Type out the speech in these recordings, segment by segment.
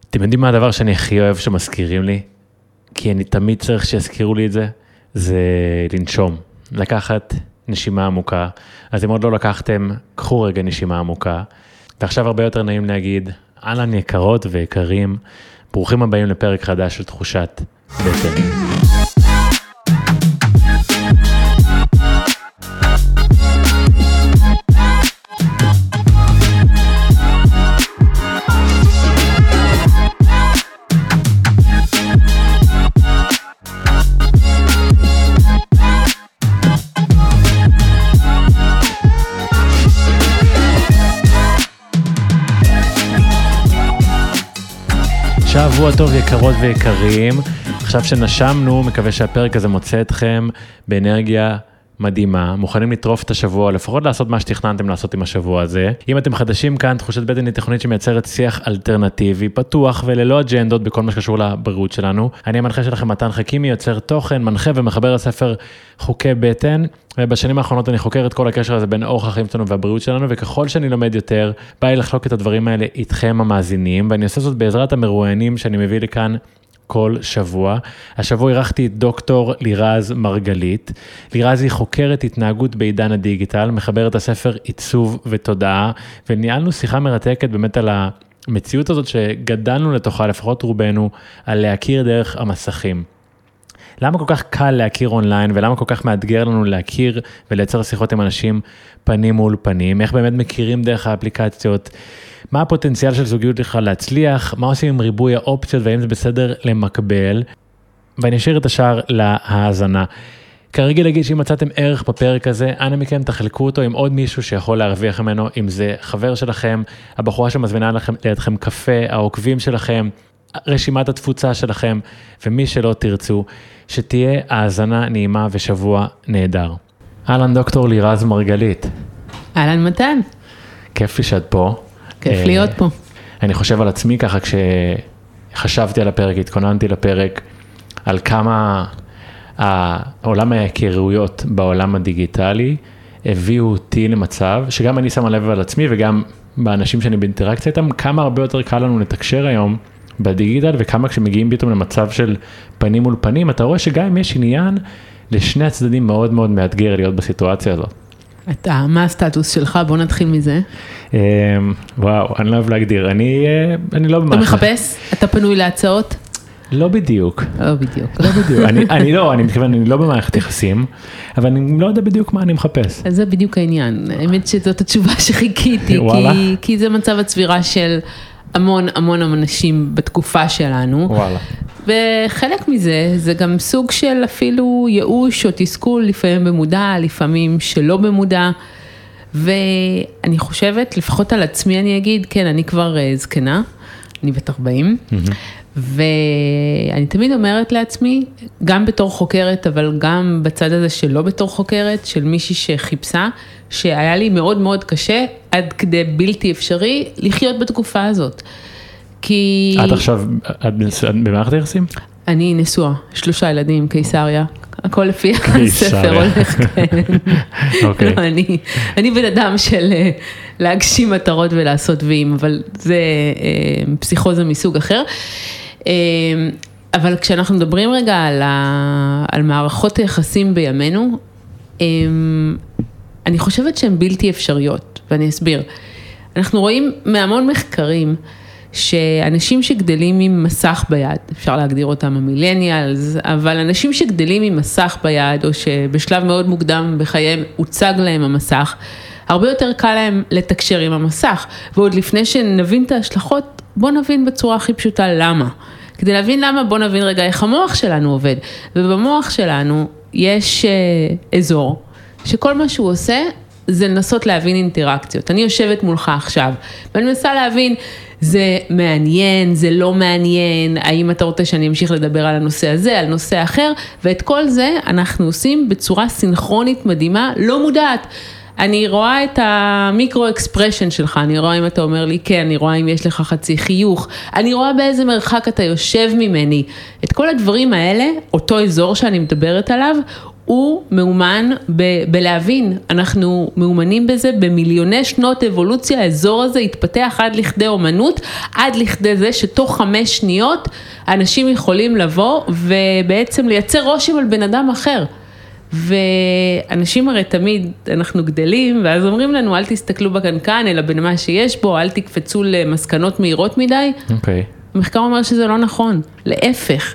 אתם יודעים מה הדבר שאני הכי אוהב שמזכירים לי? כי אני תמיד צריך שיזכירו לי את זה, זה לנשום, לקחת נשימה עמוקה. אז אם עוד לא לקחתם, קחו רגע נשימה עמוקה. ועכשיו הרבה יותר נעים להגיד, אהלן יקרות ויקרים, ברוכים הבאים לפרק חדש של תחושת בטן. שבוע טוב יקרות ויקרים, עכשיו שנשמנו, מקווה שהפרק הזה מוצא אתכם באנרגיה מדהימה, מוכנים לטרוף את השבוע, לפחות לעשות מה שתכננתם לעשות עם השבוע הזה. אם אתם חדשים כאן, תחושת בטן היא תכנית שמייצרת שיח אלטרנטיבי, פתוח וללא אג'נדות בכל מה שקשור לבריאות שלנו. אני המנחה שלכם מתן חכימי, יוצר תוכן, מנחה ומחבר הספר חוקי בטן, ובשנים האחרונות אני חוקר את כל הקשר הזה בין אורח החיים שלנו והבריאות שלנו, וככל שאני לומד יותר, בא לי לחלוק את הדברים האלה איתכם המאזינים, ואני עושה זאת בעזרת המרואיינים שאני מביא לכאן כל שבוע. השבוע אירחתי את דוקטור לירז מרגלית. לירז היא חוקרת התנהגות בעידן הדיגיטל, מחברת הספר עיצוב ותודעה, וניהלנו שיחה מרתקת באמת על המציאות הזאת שגדלנו לתוכה, לפחות רובנו, על להכיר דרך המסכים. למה כל כך קל להכיר אונליין, ולמה כל כך מאתגר לנו להכיר ולייצר שיחות עם אנשים פנים מול פנים, איך באמת מכירים דרך האפליקציות, מה הפוטנציאל של זוגיות לך להצליח, מה עושים עם ריבוי האופציות, והאם זה בסדר למקבל, ואני אשאיר את השאר להאזנה. כרגע להגיד שאם מצאתם ערך בפרק הזה, אנא מכם תחלקו אותו עם עוד מישהו שיכול להרוויח ממנו, אם זה חבר שלכם, הבחורה שמזמינה לידכם קפה, העוקבים שלכם, רשימת התפוצה שלכם, ומי שלא תרצו, שתהיה האזנה נעימה ושבוע נהדר. אהלן דוקטור לירז מרגלית. אהלן מתן. כיף לי שאת פה. כיף להיות פה. אני חושב על עצמי ככה כשחשבתי על הפרק, התכוננתי לפרק, על כמה העולם ההיכרויות בעולם הדיגיטלי הביאו אותי למצב, שגם אני שמה לב על עצמי וגם באנשים שאני באינטראקציה איתם, כמה הרבה יותר קל לנו לתקשר היום בדיגיטל, וכמה כשמגיעים פתאום למצב של פנים מול פנים, אתה רואה שגם אם יש עניין, לשני הצדדים מאוד מאוד מאתגר להיות בסיטואציה הזאת. מה הסטטוס שלך? בוא נתחיל מזה. וואו, אני לא אוהב להגדיר, אני לא במערכת. אתה מחפש? אתה פנוי להצעות? לא בדיוק. לא בדיוק. אני מתכוון, אני לא במערכת יחסים, אבל אני לא יודע בדיוק מה אני מחפש. אז זה בדיוק העניין. האמת שזאת התשובה שחיכיתי, כי זה מצב הצבירה של המון אנשים בתקופה שלנו. וואלה. וחלק מזה, זה גם סוג של אפילו ייאוש או תסכול, לפעמים במודע, לפעמים שלא במודע, ואני חושבת, לפחות על עצמי אני אגיד, כן, אני כבר זקנה, אני בת 40, ואני תמיד אומרת לעצמי, גם בתור חוקרת, אבל גם בצד הזה שלא בתור חוקרת, של מישהי שחיפשה, שהיה לי מאוד מאוד קשה, עד כדי בלתי אפשרי, לחיות בתקופה הזאת. כי... את עכשיו, את במערכת היחסים? אני נשואה, 3 ילדים, קיסריה, הכל לפי הספר הולך, כן. אני בן אדם של להגשים מטרות ולעשות ויים, אבל זה פסיכוזה מסוג אחר. אבל כשאנחנו מדברים רגע על מערכות היחסים בימינו, אני חושבת שהן בלתי אפשריות, ואני אסביר. אנחנו רואים מהמון מחקרים, שאנשים שגדלים עם מסך ביד, אפשר להגדיר אותם המילניאלס, אבל אנשים שגדלים עם מסך ביד, או שבשלב מאוד מוקדם בחייהם הוצג להם המסך, הרבה יותר קל להם לתקשר עם המסך, ועוד לפני שנבין את ההשלכות, בוא נבין בצורה הכי פשוטה למה. כדי להבין למה, בוא נבין רגע איך המוח שלנו עובד, ובמוח שלנו יש אזור, שכל מה שהוא עושה, זה לנסות להבין אינטראקציות. אני יושבת מולך עכשיו, ואני מנסה להבין, זה מעניין, זה לא מעניין, האם אתה רוצה שאני אמשיך לדבר על הנושא הזה, על נושא אחר, ואת כל זה אנחנו עושים בצורה סינכרונית מדהימה, לא מודעת. אני רואה את המיקרו-אקספרשן שלך, אני רואה אם אתה אומר לי כן, אני רואה אם יש לך חצי חיוך, אני רואה באיזה מרחק אתה יושב ממני. את כל הדברים האלה, אותו אזור שאני מדברת עליו, הוא מאומן בלהבין, אנחנו מאומנים בזה במיליוני שנות אבולוציה, האזור הזה התפתח עד לכדי אומנות, עד לכדי זה שתוך 5 שניות אנשים יכולים לבוא ובעצם לייצר רושם על בן אדם אחר. ואנשים הרי תמיד אנחנו גדלים ואז אומרים לנו אל תסתכלו בקנקן אלא במה שיש בו, אל תקפצו למסקנות מהירות מדי. אוקיי. המחקר אומר שזה לא נכון, להפך.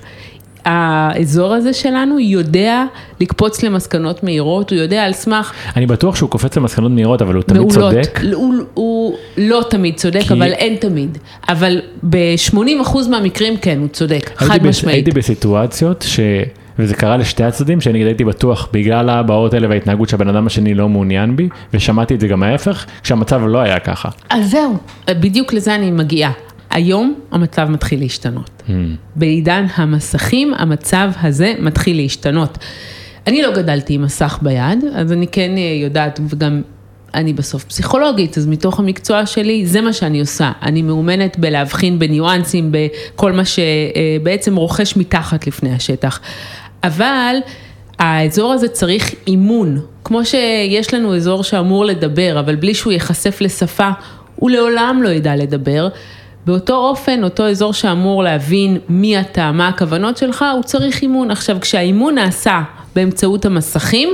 האזור הזה שלנו יודע לקפוץ למסקנות מהירות, הוא יודע על סמך... אני בטוח שהוא קופץ למסקנות מהירות, אבל הוא תמיד צודק. הוא לא תמיד צודק, אבל אין תמיד. אבל ב-80% מהמקרים כן, הוא צודק, חד משמעית. הייתי בסיטואציות וזה קרה לשתי הצדדים, שאני הייתי בטוח בגלל הבאות האלה וההתנהגות שהבן אדם השני לא מעוניין בי, ושמעתי את זה גם ההפך, כשהמצב לא היה ככה. אז זהו, בדיוק לזה אני מגיעה. היום המצב מתחיל להשתנות. בעידן המסכים, המצב הזה מתחיל להשתנות. אני לא גדלתי עם מסך ביד, אז אני כן יודעת, וגם אני בסוף פסיכולוגית, אז מתוך המקצוע שלי, זה מה שאני עושה. אני מאומנת בלהבחין בניואנסים, בכל מה שבעצם רוכש מתחת לפני השטח. אבל האזור הזה צריך אימון. כמו שיש לנו אזור שאמור לדבר, אבל בלי שהוא ייחשף לשפה, הוא לעולם לא ידע לדבר. באותו אופן, אותו אזור שאמור להבין מי אתה, מה הכוונות שלך, הוא צריך אימון. עכשיו, כשהאימון נעשה באמצעות המסכים,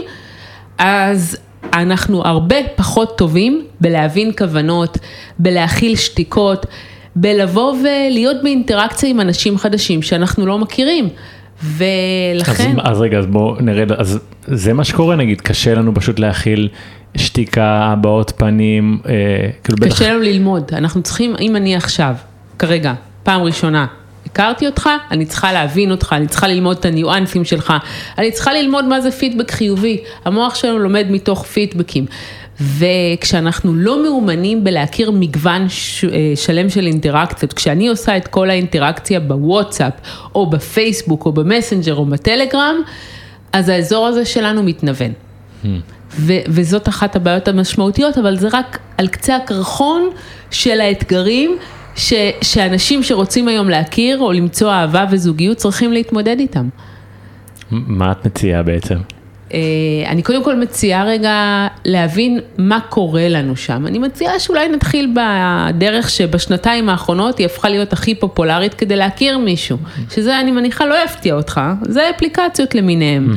אז אנחנו הרבה פחות טובים בלהבין כוונות, בלהכיל שתיקות, בלבוא ולהיות באינטראקציה עם אנשים חדשים שאנחנו לא מכירים. ולכן... אז רגע, אז בואו נרד, אז זה מה שקורה, נגיד, קשה לנו פשוט להכיל שתיקה, הבעות פנים, קשה לנו ללמוד, אנחנו צריכים, אם אני עכשיו, כרגע, פעם ראשונה, הכרתי אותך, אני צריכה להבין אותך, אני צריכה ללמוד את הניואנסים שלך, אני צריכה ללמוד מה זה פידבק חיובי, המוח שלנו לומד מתוך פידבקים, וכשאנחנו לא מאומנים בלהכיר מגוון שלם של אינטראקציות, כשאני עושה את כל האינטראקציה בוואטסאפ, או בפייסבוק, או במסנג'ר, או בטלגרם, אז האזור הזה שלנו מתנוון. וזאת אחת הבעיות המשמעותיות, אבל זה רק על קצה הקרחון של האתגרים, שאנשים שרוצים היום להכיר, או למצוא אהבה וזוגיות, צריכים להתמודד איתם. מה את מציעה בעצם? אני קודם כל מציעה רגע להבין מה קורה לנו שם. אני מציעה שאולי נתחיל בדרך שבשנתיים האחרונות היא הפכה להיות הכי פופולרית כדי להכיר מישהו. שזה אני מניחה לא יפתיע אותך, זה אפליקציות למיניהם.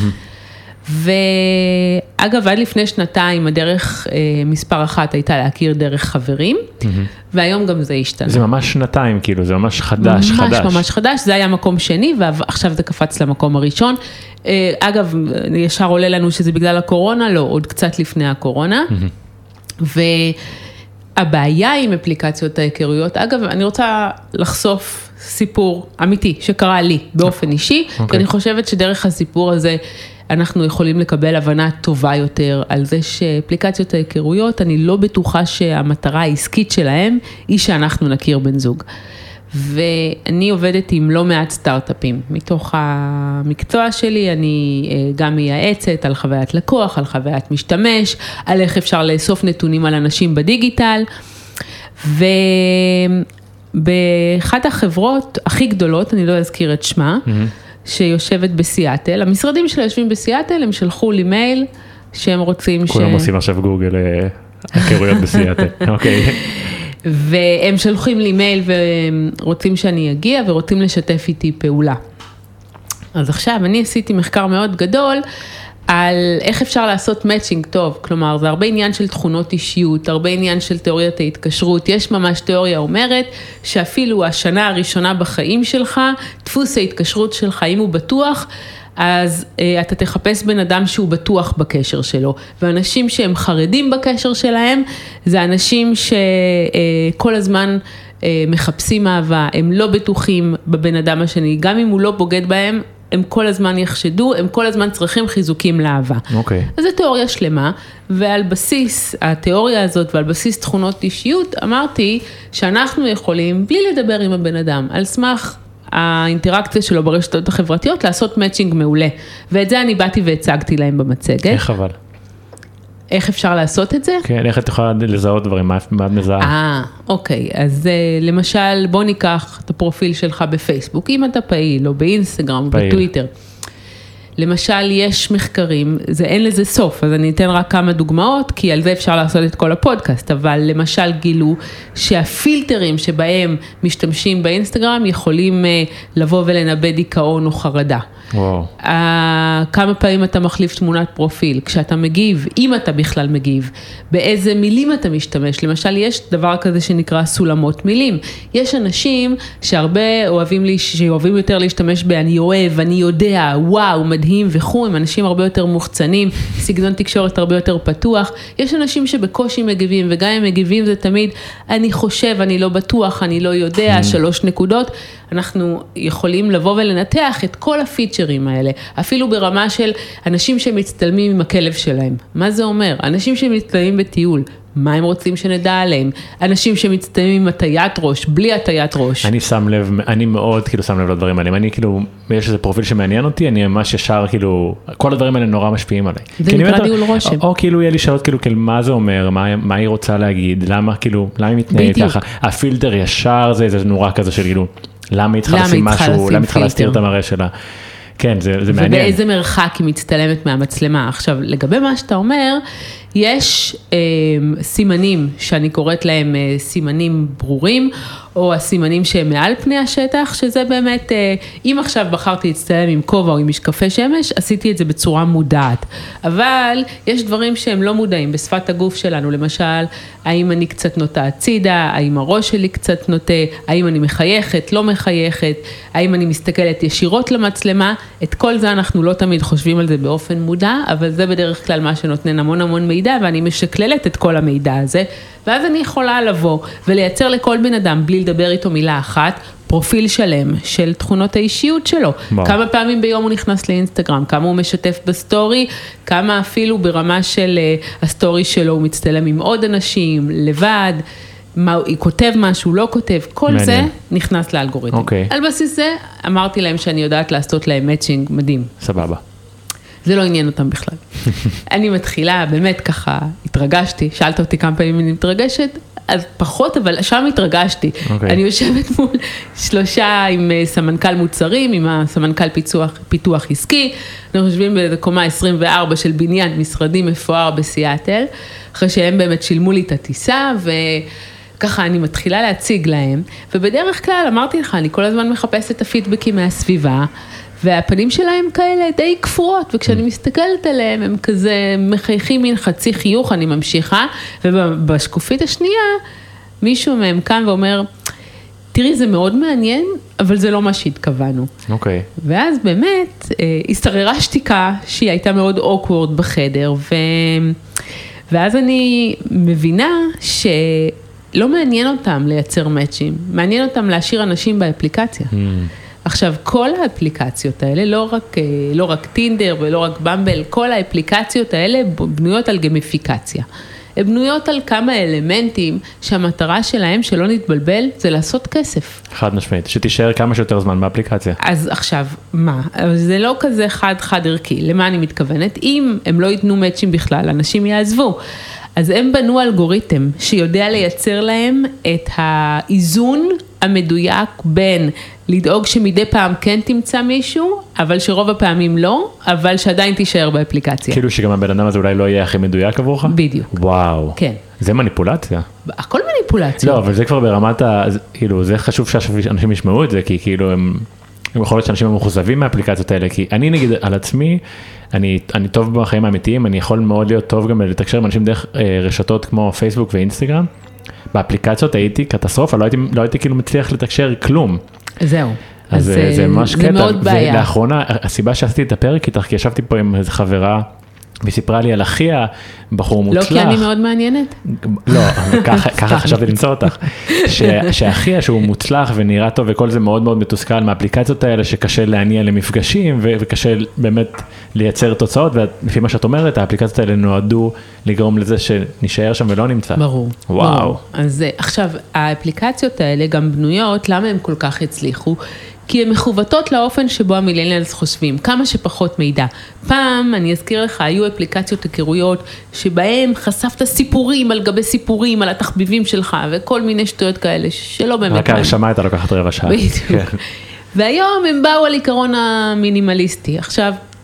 ואגב, עד לפני שנתיים הדרך מספר 1 הייתה להכיר דרך חברים, והיום גם זה השתנה. זה ממש שנתיים, כאילו, זה ממש חדש. ממש חדש, זה היה מקום שני, ועכשיו זה קפץ למקום הראשון. אגב, ישר עולה לנו שזה בגלל הקורונה, לא, עוד קצת לפני הקורונה. והבעיה עם אפליקציות ההיכרויות, אגב, אני רוצה לחשוף סיפור אמיתי שקרה לי באופן אישי, כי אני חושבת שדרך הסיפור הזה אנחנו יכולים לקבל הבנה טובה יותר על זה שאפליקציות ההיכרויות, אני לא בטוחה שהמטרה העסקית שלהם היא שאנחנו נכיר בן זוג. ואני עובדת עם לא מעט סטארט-אפים. מתוך המקצוע שלי אני גם מייעצת על חוויית לקוח, על חוויית משתמש, על איך אפשר לאסוף נתונים על אנשים בדיגיטל. ובאחת החברות הכי גדולות, אני לא אזכיר את שמה, שיושבת בסיאטל, המשרדים שלה יושבים בסיאטל, הם שלחו לי מייל שהם רוצים כולם עושים עכשיו גוגל היכרויות בסיאטל, אוקיי. והם שלחים לי מייל ורוצים שאני אגיע ורוצים לשתף איתי פעולה. אז עכשיו אני עשיתי מחקר מאוד גדול על איך אפשר לעשות מאצ'ינג טוב, כלומר זה הרבה עניין של תכונות אישיות, הרבה עניין של תיאוריית ההתקשרות, יש ממש תיאוריה אומרת שאפילו השנה הראשונה בחיים שלך, דפוס ההתקשרות שלך, אם הוא בטוח, אז אתה תחפש בן אדם שהוא בטוח בקשר שלו, ואנשים שהם חרדים בקשר שלהם, זה אנשים שכל הזמן מחפשים אהבה, הם לא בטוחים בבן אדם השני, גם אם הוא לא בוגד בהם, הם כל הזמן יחשדו, הם כל הזמן צריכים חיזוקים לאהבה. אוקיי. אז זו תיאוריה שלמה, ועל בסיס התיאוריה הזאת, ועל בסיס תכונות אישיות, אמרתי שאנחנו יכולים, בלי לדבר עם הבן אדם, על סמך האינטראקציה שלו ברשתות החברתיות, לעשות מאצ'ינג מעולה. ואת זה אני באתי והצגתי להם במצגת. איך אבל? איך אפשר לעשות את זה? כן, איך את יכולה לזהות דברים, מה את מזהה? אוקיי, אז למשל, בוא ניקח את הפרופיל שלך בפייסבוק, אם אתה פעיל, או באינסטגרם, או בטוויטר. למשל, יש מחקרים, אין לזה סוף, אז אני אתן רק כמה דוגמאות, כי על זה אפשר לעשות את כל הפודקאסט, אבל למשל גילו שהפילטרים שבהם משתמשים באינסטגרם, יכולים לבוא ולנבא דיכאון או חרדה. וואו. כמה פעמים אתה מחליף תמונת פרופיל, כשאתה מגיב, אם אתה בכלל מגיב, באיזה מילים אתה משתמש, למשל יש דבר כזה שנקרא סולמות מילים, יש אנשים שהרבה שאוהבים יותר להשתמש אני אוהב, אני יודע, וואו, מדהים וכו', הם אנשים הרבה יותר מוחצנים, סגנון תקשורת הרבה יותר פתוח, יש אנשים שבקושי מגיבים, וגם הם מגיבים זה תמיד, אני חושב, אני לא בטוח, אני לא יודע, 3 נקודות, אנחנו יכולים לבוא ולנתח את כל הפיצ'רים האלה, אפילו ברמה של אנשים שמצטלמים עם הכלב שלהם. מה זה אומר? אנשים שמצטלמים בטיול, מה הם רוצים שנדע עליהם? אנשים שמצטלמים עם הטיית ראש, בלי הטיית ראש. אני שם לב, אני מאוד כאילו שם לב לדברים האלה. אני כאילו, יש איזה פרופיל שמעניין אותי, אני ממש ישר כאילו, כל הדברים האלה נורא משפיעים עליי. זה נקרא ניהול רושם. או כאילו יהיה לי שאלות כאילו, מה זה אומר, מה היא רוצה להגיד, למה כאילו, למה היא מתנהגת ככה? הפילטר ישר זה נורא כזה של כאילו, למה היא צריכה לשים משהו, למה היא צריכה להסתיר את המראה שלה. כן, זה מעניין. ובאיזה מרחק היא מצטלמת מהמצלמה. עכשיו, לגבי מה שאתה אומר, יש סימנים שאני קוראת להם סימנים ברורים, או הסימנים שהם מעל פני השטח, שזה באמת, אם עכשיו בחרתי להצטלם עם כובע או עם משקפי שמש, עשיתי את זה בצורה מודעת. אבל יש דברים שהם לא מודעים בשפת הגוף שלנו, למשל, האם אני קצת נוטה הצידה, האם הראש שלי קצת נוטה, האם אני מחייכת, לא מחייכת, האם אני מסתכלת ישירות למצלמה, את כל זה אנחנו לא תמיד חושבים על זה באופן מודע, אבל זה בדרך כלל מה שנותן המון מידע, ואני משקללת את כל המידע הזה, ואז אני יכולה לבוא ולייצר לכל בן אדם, בלי לדבר איתו מילה אחת, פרופיל שלם של תכונות האישיות שלו. כמה פעמים ביום הוא נכנס לאינסטגרם, כמה הוא משתף בסטורי, כמה אפילו ברמה של הסטורי שלו הוא מצטלם עם עוד אנשים, לבד, היא כותב משהו, לא כותב, כל זה נכנס לאלגוריתם. על בסיס זה אמרתי להם שאני יודעת לעשות להם מאצ'ינג מדהים. סבבה. זה לא עניין אותם בכלל. אני מתחילה, באמת ככה, התרגשתי, שאלת אותי כמה פעמים אני מתרגשת, אז פחות, אבל שם התרגשתי. אני יושבת מול 3 עם סמנכ"ל מוצרים, עם הסמנכ"ל פיתוח עסקי, אנחנו יושבים באיזה קומה 24 של בניין משרדי מפואר בסיאטל, אחרי שהם באמת שילמו לי את הטיסה, וככה אני מתחילה להציג להם, ובדרך כלל אמרתי לך, אני כל הזמן מחפשת את הפידבקים מהסביבה, והפנים שלהם כאלה די כפורות, וכשאני מסתכלת עליהם, הם כזה מחייכים מין חצי חיוך, אני ממשיכה, ובשקופית השנייה, מישהו מהם קם ואומר, תראי, זה מאוד מעניין, אבל זה לא מה שהתכוונו. אוקיי. ואז באמת, השתררה שתיקה, שהיא הייתה מאוד awkward בחדר, ואז אני מבינה שלא מעניין אותם לייצר מאצ'ים, מעניין אותם להשאיר אנשים באפליקציה. עכשיו, כל האפליקציות האלה, לא רק טינדר ולא רק במבל, כל האפליקציות האלה בנויות על גמיפיקציה. הן בנויות על כמה אלמנטים שהמטרה שלהם, שלא נתבלבל, זה לעשות כסף. חד משמעית, שתישאר כמה שיותר זמן באפליקציה. אז עכשיו, מה? זה לא כזה חד ערכי. למה אני מתכוונת? אם הם לא ייתנו מאצ'ים בכלל, אנשים יעזבו. אז הם בנו אלגוריתם שיודע לייצר להם את האיזון המדויק בין לדאוג שמדי פעם כן תמצא מישהו, אבל שרוב הפעמים לא, אבל שעדיין תישאר באפליקציה. כאילו שגם הבן אדם הזה אולי לא יהיה הכי מדויק עבורך? בדיוק. וואו. כן. זה מניפולציה. הכל מניפולציה. לא, אבל זה כבר ברמת כאילו, זה חשוב שאנשים ישמעו את זה, כי כאילו הם יכול להיות שאנשים מחוזבים מהאפליקציות האלה, כי אני נגיד על עצמי, אני טוב בחיים האמיתיים, אני יכול מאוד להיות טוב גם לתקשר עם אנשים דרך רשתות כמו פייסבוק ואינסטגרם. באפליקציות הייתי קטסטרופה, לא הייתי כאילו מצליח לתקשר כלום. זהו. אז זה ממש קטע. זה מאוד בעיה. ולאחרונה, הסיבה שעשיתי את הפרק איתך, כי ישבתי פה עם איזו חברה, והיא סיפרה לי על אחיה, בחור מוצלח. לא כי אני מאוד מעניינת? לא, ככה חשבתי למצוא אותך. שאחיה שהוא מוצלח ונראה טוב וכל זה מאוד מאוד מתוסכל מהאפליקציות האלה שקשה להניע למפגשים וקשה באמת לייצר תוצאות, ולפי מה שאת אומרת, האפליקציות האלה נועדו לגרום לזה שנשאר שם ולא נמצא. ברור. וואו. אז עכשיו, האפליקציות האלה גם בנויות, למה הם כל כך הצליחו? כי הן מחוותות לאופן שבו המילניאלס חושבים, כמה שפחות מידע. פעם, אני אזכיר לך, היו אפליקציות היכרויות שבהן חשפת סיפורים על גבי סיפורים, על התחביבים שלך, וכל מיני שטויות כאלה שלא באמת... רק הרשמה הייתה לוקחת רבע שעה. בדיוק. והיום הם באו על עיקרון המינימליסטי. עכשיו,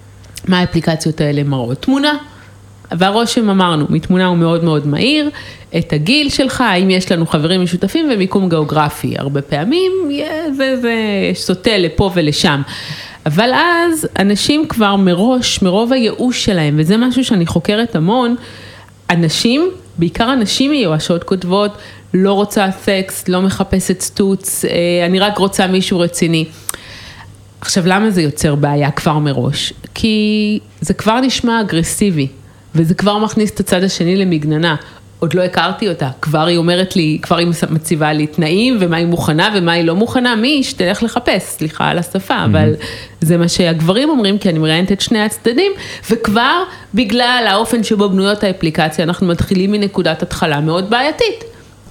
מה האפליקציות האלה מראות? תמונה. והרושם אמרנו, מתמונה הוא מאוד מאוד מהיר, את הגיל שלך, האם יש לנו חברים משותפים ומיקום גיאוגרפי. הרבה פעמים זה סוטה לפה ולשם. אבל אז אנשים כבר מראש, מרוב הייאוש שלהם, וזה משהו שאני חוקרת המון, אנשים, בעיקר אנשים מיואשות כותבות, לא רוצה סקס, לא מחפשת סטוץ, אני רק רוצה מישהו רציני. עכשיו, למה זה יוצר בעיה כבר מראש? כי זה כבר נשמע אגרסיבי, וזה כבר מכניס את הצד השני למגננה. עוד לא הכרתי אותה, כבר היא אומרת לי, כבר היא מציבה לי תנאים, ומה היא מוכנה ומה היא לא מוכנה, מי שתלך לחפש, סליחה על השפה, אבל זה מה שהגברים אומרים, כי אני מראיינת את שני הצדדים, וכבר בגלל האופן שבו בנויות האפליקציה, אנחנו מתחילים מנקודת התחלה מאוד בעייתית.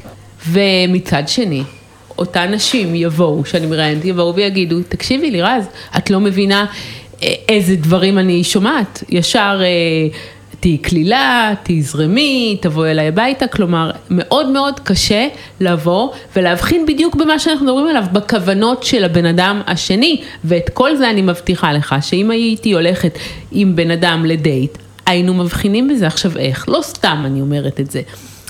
ומצד שני, אותן נשים יבואו, שאני מראיינת, יבואו ויגידו, תקשיבי לי רז, את לא מבינה איזה דברים אני שומעת, ישר תהי כלילה, תהי זרמי, תבוא אליי הביתה, כלומר, מאוד מאוד קשה לבוא ולהבחין בדיוק במה שאנחנו מדברים עליו, בכוונות של הבן אדם השני, ואת כל זה אני מבטיחה לך, שאם הייתי הולכת עם בן אדם לדייט, היינו מבחינים בזה עכשיו איך, לא סתם אני אומרת את זה.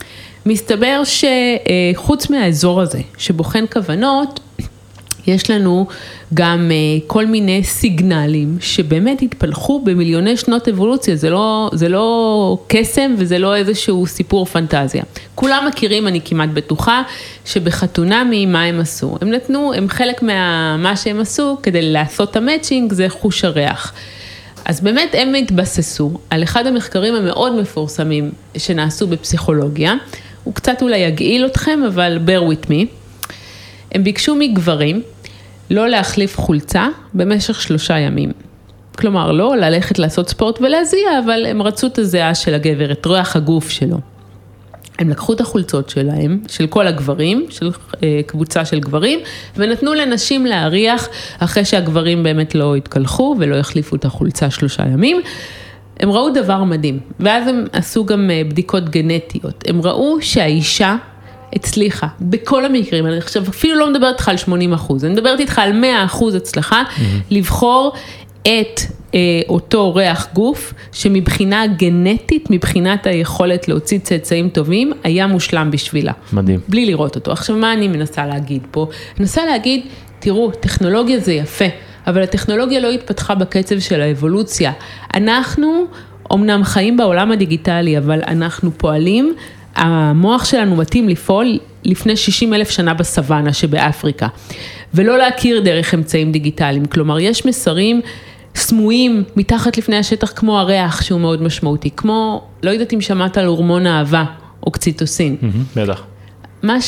מסתבר שחוץ מהאזור הזה, שבוחן כוונות, יש לנו גם כל מיני סיגנלים שבאמת התפלחו במיליוני שנות אבולוציה, זה לא קסם וזה לא איזשהו סיפור פנטזיה. כולם מכירים, אני כמעט בטוחה, שבחתונמי מה הם עשו. הם חלק מה שהם עשו כדי לעשות המאצ'ינג, זה חוש הריח. אז באמת הם התבססו על אחד המחקרים המאוד מפורסמים שנעשו בפסיכולוגיה, הוא קצת אולי יגעיל אתכם, אבל bear with me. הם ביקשו מגברים לא להחליף חולצה במשך 3 ימים. כלומר, לא ללכת לעשות ספורט ולהזיע, אבל הם רצו את הזיעה של הגבר, את ריח הגוף שלו. הם לקחו את החולצות שלהם, של כל הגברים, של קבוצה של גברים, ונתנו לנשים להריח אחרי שהגברים באמת לא התקלחו ולא יחליפו את החולצה 3 ימים. הם ראו דבר מדהים, ואז הם עשו גם בדיקות גנטיות. הם ראו שהאישה הצליחה, בכל המקרים, אני חושב, אפילו לא מדברת איתך על 80%, אני מדברת איתך על 100% הצלחה, לבחור את אותו ריח גוף, שמבחינה גנטית, מבחינת היכולת להוציא צאצאים טובים, היה מושלם בשבילה. מדהים. בלי לראות אותו. עכשיו, מה אני מנסה להגיד פה? אני מנסה להגיד, תראו, טכנולוגיה זה יפה, אבל הטכנולוגיה לא התפתחה בקצב של האבולוציה. אנחנו אומנם חיים בעולם הדיגיטלי, אבל אנחנו פועלים, המוח שלנו מתאים לפעול לפני 60,000 שנה בסוואנה שבאפריקה, ולא להכיר דרך אמצעים דיגיטליים. כלומר, יש מסרים סמויים מתחת לפני השטח, כמו הריח שהוא מאוד משמעותי, כמו, לא יודעת אם שמעת על הורמון אהבה, אוקסיטוסין. בטח. מה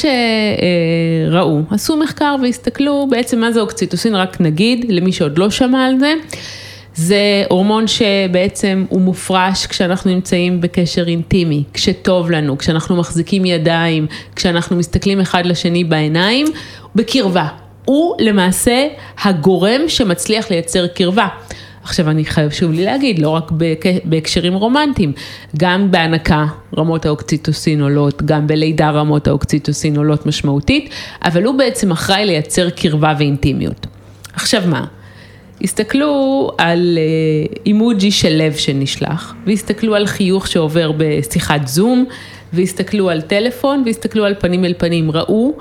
שראו, עשו מחקר והסתכלו בעצם מה זה אוקסיטוסין, רק נגיד, למי שעוד לא שמע על זה, זה הורמון שבעצם הוא מופרש כשאנחנו נמצאים בקשר אינטימי, כשטוב לנו, כשאנחנו מחזיקים ידיים, כשאנחנו מסתכלים אחד לשני בעיניים, בקרבה. הוא למעשה הגורם שמצליח לייצר קרבה. עכשיו אני חייב שוב לי להגיד, לא רק בהקשרים רומנטיים, גם בהנקה רמות האוקסיטוסין עולות, גם בלידה רמות האוקסיטוסין עולות משמעותית, אבל הוא בעצם אחראי לייצר קרבה ואינטימיות. עכשיו מה? הסתכלו על אימוג'י של לב שנשלח, והסתכלו על חיוך שעובר בשיחת זום, והסתכלו על טלפון, והסתכלו על פנים אל פנים. ראו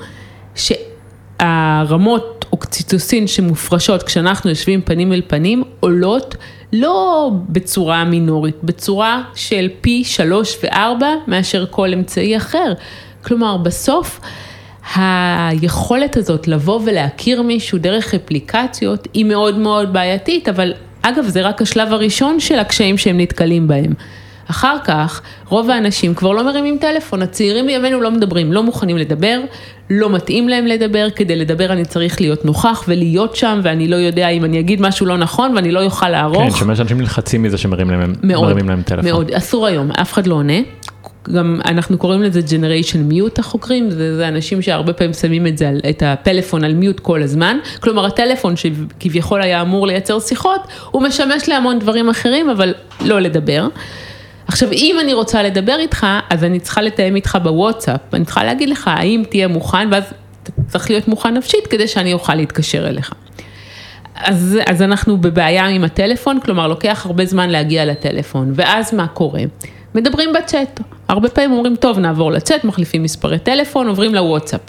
שהרמות אוקסיטוסין שמופרשות כשאנחנו יושבים פנים אל פנים, עולות לא בצורה מינורית, בצורה של פי 3 ו4 מאשר כל אמצעי אחר. כלומר, בסוף, היכולת הזאת לבוא ולהכיר מישהו דרך אפליקציות היא מאוד מאוד בעייתית, אבל אגב זה רק השלב הראשון של הקשיים שהם נתקלים בהם. אחר כך רוב האנשים כבר לא מרימים טלפון, הצעירים בימינו לא מדברים, לא מוכנים לדבר, לא מתאים להם לדבר, כדי לדבר אני צריך להיות נוכח ולהיות שם, ואני לא יודע אם אני אגיד משהו לא נכון ואני לא יוכל לערוך. כן, שמש אנשים נלחצים מזה שמרימים להם טלפון. מאוד, אסור היום, אף אחד לא עונה. גם אנחנו קוראים לזה generation mute החוקרים, זה אנשים שהרבה פעמים שמים את הפלאפון על mute כל הזמן, כלומר הטלפון שכביכול היה אמור לייצר שיחות, הוא משמש להמון דברים אחרים, אבל לא לדבר. עכשיו, אם אני רוצה לדבר איתך, אז אני צריכה לתאם איתך בוואטסאפ, אני צריכה להגיד לך, האם תהיה מוכן, ואז צריך להיות מוכן נפשית, כדי שאני אוכל להתקשר אליך. אז אנחנו בבעיה עם הטלפון, כלומר לוקח הרבה זמן להגיע לטלפון, ואז מה קורה? מדברים בצ'אט, הרבה פעמים אומרים, טוב, נעבור לצ'אט, מחליפים מספרי טלפון, עוברים לוואטסאפ.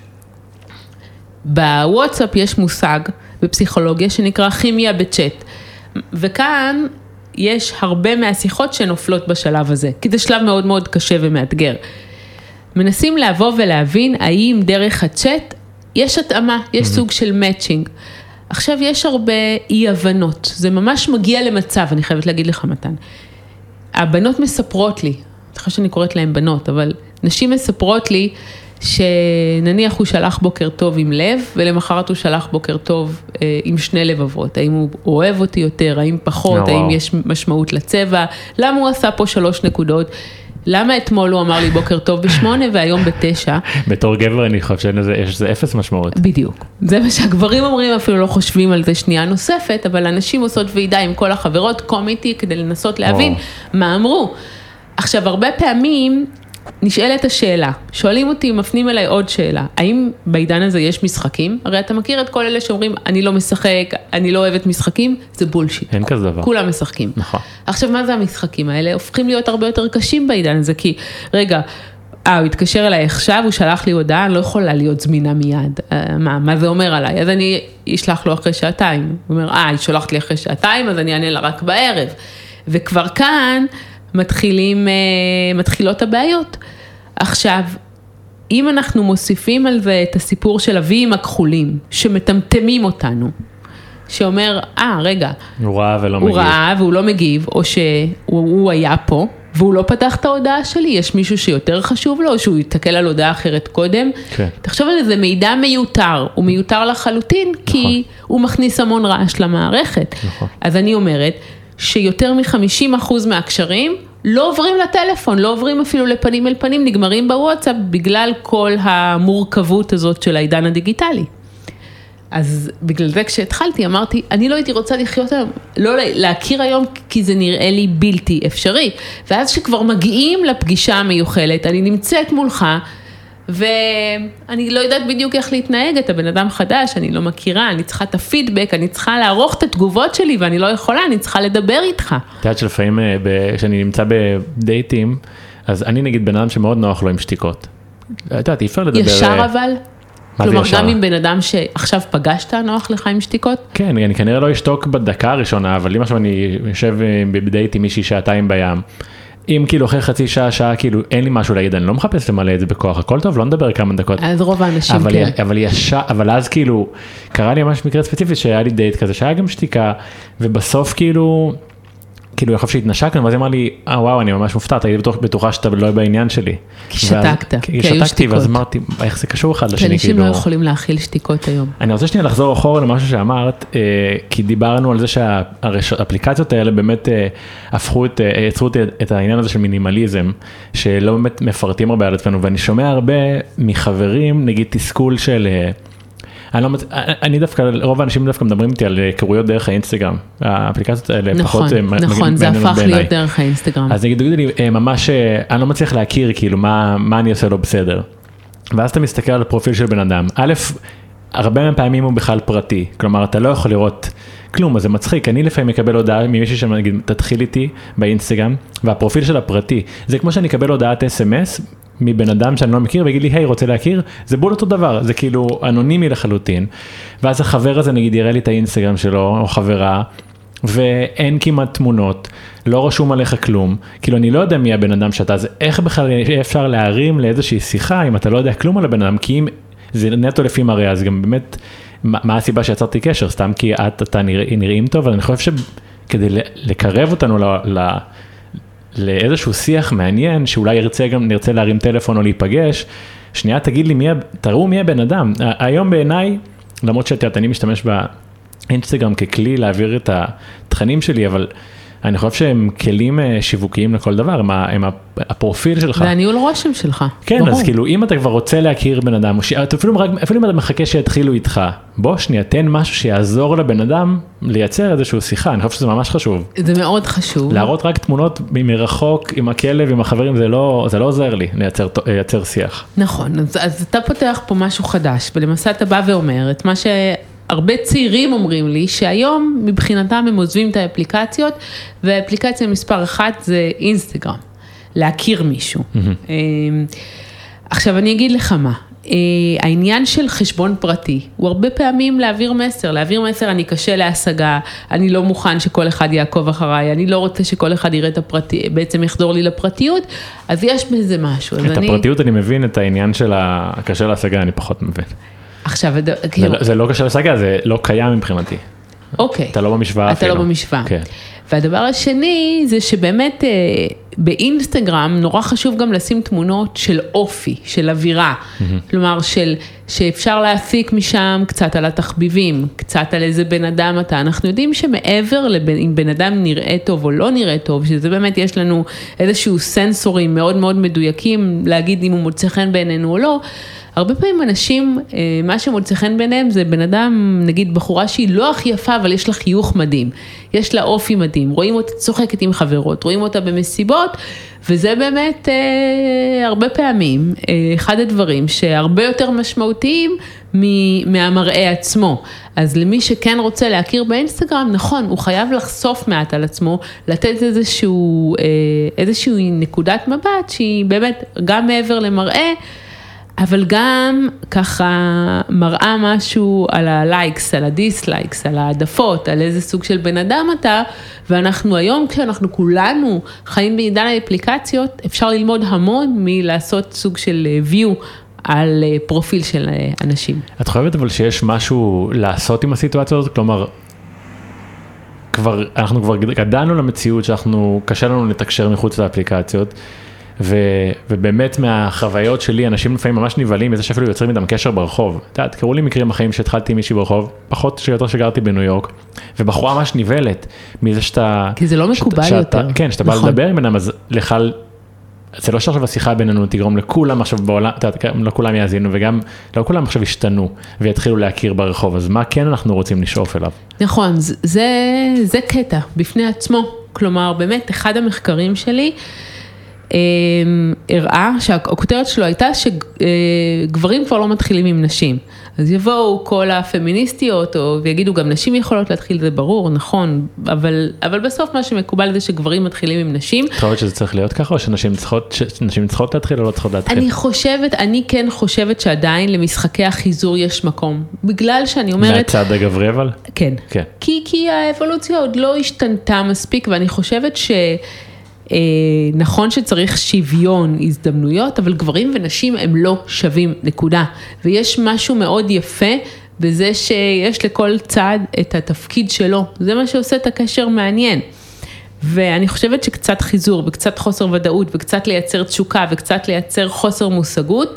בוואטסאפ יש מושג בפסיכולוגיה שנקרא כימיה בצ'אט, וכאן יש הרבה מהשיחות שנופלות בשלב הזה, כי זה שלב מאוד מאוד קשה ומאתגר. מנסים לבוא ולהבין האם דרך הצ'אט יש התאמה, יש סוג של מאצ'ינג. עכשיו יש הרבה אי הבנות, זה ממש מגיע למצב, אני חייבת להגיד לך מתן. הבנות מספרות לי, סליחה שאני קוראת להן בנות, אבל נשים מספרות לי שנניח הוא שלח בוקר טוב עם לב, ולמחרת הוא שלח בוקר טוב עם שני לבבות. האם הוא אוהב אותי יותר, האם פחות, האם יש משמעות לצבע, למה הוא עשה פה 3 נקודות, למה אתמול הוא אמר לי בוקר טוב ב8 והיום ב9? בתור גבר אני חושב שיש לזה 0 משמעות. בדיוק. זה מה שהגברים אומרים, אפילו לא חושבים על זה שנייה נוספת, אבל אנשים עושות ועידה עם כל החברות, קומיטי, כדי לנסות להבין מה אמרו. עכשיו, הרבה פעמים נשאלת השאלה, שואלים אותי, מפנים אליי עוד שאלה, האם בעידן הזה יש משחקים? הרי אתה מכיר את כל אלה שאומרים, אני לא משחק, אני לא אוהבת משחקים, זה בולשיט. אין כזה דבר. כולם משחקים. נכון. עכשיו, מה זה המשחקים האלה? הופכים להיות הרבה יותר קשים בעידן הזה, כי, רגע, הוא התקשר אליי עכשיו, הוא שלח לי הודעה, אני לא יכולה להיות זמינה מיד. מה זה אומר עליי? אז אני אשלח לו אחרי שעתיים. הוא אומר, היא שולחת לי אחרי שעתיים, אז אני אענה לה רק בערב. וכבר כאן מתחילות הבעיות. עכשיו, אם אנחנו מוסיפים על זה את הסיפור של אבים הכחולים, שמטמטמים אותנו, שאומר, רגע, הוא ראה ולא מגיב. הוא ראה והוא לא מגיב, או שהוא היה פה, והוא לא פתח את ההודעה שלי, יש מישהו שיותר חשוב לו, או שהוא יתקל על הודעה אחרת קודם. כן. תחשוב על זה, מידע מיותר, הוא מיותר לחלוטין, נכון. כי הוא מכניס המון רעש למערכת. נכון. אז אני אומרת, שיותר מ50% מהקשרים, לא עוברים לטלפון, לא עוברים אפילו לפנים אל פנים, נגמרים בוואטסאפ, בגלל כל המורכבות הזאת של העידן הדיגיטלי. אז בגלל זה כשהתחלתי, אמרתי, אני לא הייתי רוצה לחיות היום, לא להכיר היום, כי זה נראה לי בלתי אפשרי. ואז שכבר מגיעים לפגישה המיוחלת, אני נמצאת מולך, ואני לא יודעת בדיוק איך להתנהג, אתה בן אדם חדש, אני לא מכירה, אני צריכה את הפידבק, אני צריכה לערוך את התגובות שלי, ואני לא יכולה, אני צריכה לדבר איתך. אתה יודעת שלפעמים, כשאני נמצא בדייטים, אז אני נגיד בן אדם שמאוד נוח לו עם שתיקות. אתה יודעת, אי אפשר לדבר... ישר אבל? כלומר, גם עם בן אדם שעכשיו פגשת נוח לך עם שתיקות? כן, אני כנראה לא אשתוק בדקה הראשונה, אבל אם עכשיו אני יושב בדייט עם מישהי שעתיים בים, אם כאילו אחרי חצי שעה, כאילו אין לי משהו להגיד, אני לא מחפש למלא את זה בכוח, הכל טוב, לא נדבר כמה דקות. אז רוב האנשים כן. אבל אז כאילו, קרה לי ממש מקרה ספציפי שהיה לי דייט כזה, שהיה גם שתיקה, ובסוף כאילו אני חושב שהתנשקנו, ואז אמר לי, וואו, אני ממש מופתעת, הייתי בטוחה שאתה לא בעניין שלי. כי שתקת, כי היו שתיקות. ואז אמרתי, איך זה קשור אחד לשני? כי אנשים לא יכולים להכיל שתיקות היום. אני רוצה שנייה לחזור אחורה למשהו שאמרת, כי דיברנו על זה שהאפליקציות האלה באמת יצרו את העניין הזה של מינימליזם, שלא באמת מפרטים הרבה על עצמנו, ואני שומע הרבה מחברים, נגיד תסכול של... אני דווקא, רוב האנשים דווקא מדברים איתי על היכרויות דרך האינסטגרם, האפליקציות האלה פחות מגניבות בעיניי. נכון, זה הפך להיות דרך האינסטגרם. אז נגיד, תגידו לי, ממש, אני לא מצליח להכיר כאילו מה אני עושה לא בסדר. ואז אתה מסתכל על הפרופיל של בן אדם. א', הרבה מהפעמים הוא בכלל פרטי, כלומר, אתה לא יכול לראות כלום, אז זה מצחיק. אני לפעמים מקבל הודעה ממישהו שנגיד, תתחיל איתי באינסטגרם, והפרופיל של הפרטי, זה כמו שאני אקבל הודעת SMS, מבן אדם שאני לא מכיר, ויגיד לי, היי, רוצה להכיר? זה בול אותו דבר, זה כאילו אנונימי לחלוטין. ואז החבר הזה, נגיד, יראה לי את האינסטגרם שלו, או חברה, ואין כמעט תמונות, לא רשום עליך כלום, כאילו אני לא יודע מי הבן אדם שאתה, אז איך בכלל אפשר להרים לאיזושהי שיחה, אם אתה לא יודע כלום על הבן אדם, כי אם זה נטו לפי מראה, אז גם באמת, מה הסיבה שיצרתי קשר? סתם כי אתה נראים טוב, אבל אני חושב שכדי לקרב אותנו לאיזשהו שיח מעניין, שאולי נרצה להרים טלפון או להיפגש, שנייה תגיד לי, תראו מי הבן אדם. היום בעיניי, למרות שאני משתמש באינסטגרם ככלי להעביר את התכנים שלי, אבל אני חושב שהם כלים שיווקיים לכל דבר, הם הפרופיל שלך. זה הניהול רושם שלך. כן, אז כאילו, אם אתה כבר רוצה להכיר בן אדם, אפילו אם אתה מחכה שיתחילו איתך, בוא שנייה, תן משהו שיעזור לבן אדם לייצר איזושהי שיחה, אני חושב שזה ממש חשוב. זה מאוד חשוב. להראות רק תמונות מרחוק עם הכלב, עם החברים, זה לא עוזר לי לייצר שיח. נכון, אז אתה פותח פה משהו חדש, ולמעשה אתה בא ואומר את מה הרבה צעירים אומרים לי שהיום מבחינתם הם עוזבים את האפליקציות, והאפליקציה מספר 1 זה אינסטגרם, להכיר מישהו. עכשיו אני אגיד לך מה, העניין של חשבון פרטי, הוא הרבה פעמים להעביר מסר אני קשה להשגה, אני לא מוכן שכל אחד יעקוב אחריי, אני לא רוצה שכל אחד יראה את הפרטי, בעצם יחזור לי לפרטיות, אז יש בזה משהו. את הפרטיות אני מבין, את העניין של הקשה להשגה אני פחות מבין. עכשיו, זה לא קשה להשגה, זה לא קיים מבחינתי. אוקיי. אתה לא במשוואה אפילו. אתה לא במשוואה. כן. והדבר השני זה שבאמת באינסטגרם נורא חשוב גם לשים תמונות של אופי, של אווירה. כלומר, שאפשר להפיק משם קצת על התחביבים, קצת על איזה בן אדם אתה. אנחנו יודעים שמעבר אם בן אדם נראה טוב או לא נראה טוב, שזה באמת יש לנו איזשהו סנסורים מאוד מאוד מדויקים להגיד אם הוא מוצא חן בעינינו או לא, הרבה פעמים אנשים, מה שמוצא חן ביניהם זה בן אדם, נגיד בחורה שהיא לא הכי יפה, אבל יש לה חיוך מדהים, יש לה אופי מדהים, רואים אותה צוחקת עם חברות, רואים אותה במסיבות, וזה באמת הרבה פעמים אחד הדברים שהרבה יותר משמעותיים מהמראה עצמו. אז למי שכן רוצה להכיר באינסטגרם, נכון, הוא חייב לחשוף מעט על עצמו, לתת איזשהו נקודת מבט שהיא באמת גם מעבר למראה, אבל גם ככה מראה משהו על הלייקס, על הדיסלייקס, על העדפות, על איזה סוג של בן אדם אתה, ואנחנו היום כשאנחנו כולנו חיים בעידן האפליקציות, אפשר ללמוד המון מלעשות סוג של view על פרופיל של אנשים. את חושבת אבל שיש משהו לעשות עם הסיטואציה הזאת? כלומר, אנחנו כבר גדלנו למציאות שאנחנו, קשה לנו לתקשר מחוץ לאפליקציות, ובאמת מהחוויות שלי, אנשים לפעמים ממש נבלים, מזה שאפילו יוצרים איתם קשר ברחוב. תקראו לי מקרים החיים שהתחלתי עם מישהי ברחוב, פחות שיותר שגרתי בניו יורק, ובחורה ממש נבלת, מזה שאתה... כי זה לא מקובל יותר. כן, שאתה בא לדבר עם בנם, אז לך, זה לא שעכשיו השיחה בינינו תגרום לכולם עכשיו בעולם, לא כולם יאזינו, וגם לא כולם עכשיו ישתנו, ויתחילו להכיר ברחוב, אז מה כן אנחנו רוצים לשאוף אליו? נכון, זה קטע בפני עצמו, כלומר, באמת, אחד המחקרים שלי, הראה שהכותרת שלו הייתה שגברים כבר לא מתחילים עם נשים. אז יבואו כל הפמיניסטיות ויגידו גם נשים יכולות להתחיל, זה ברור, נכון, אבל בסוף מה שמקובל זה שגברים מתחילים עם נשים. את חושבת שזה צריך להיות ככה או שנשים צריכות להתחיל או לא צריכות להתחיל? אני כן חושבת שעדיין למשחקי החיזור יש מקום. בגלל שאני אומרת... מהצד הגברי אבל? כן. כי האבולוציה עוד לא השתנתה מספיק ואני חושבת נכון שצריך שוויון הזדמנויות, אבל גברים ונשים הם לא שווים, נקודה. ויש משהו מאוד יפה בזה שיש לכל צד את התפקיד שלו. זה מה שעושה את הקשר מעניין. ואני חושבת שקצת חיזור, וקצת חוסר ודאות, וקצת לייצר תשוקה, וקצת לייצר חוסר מושגות,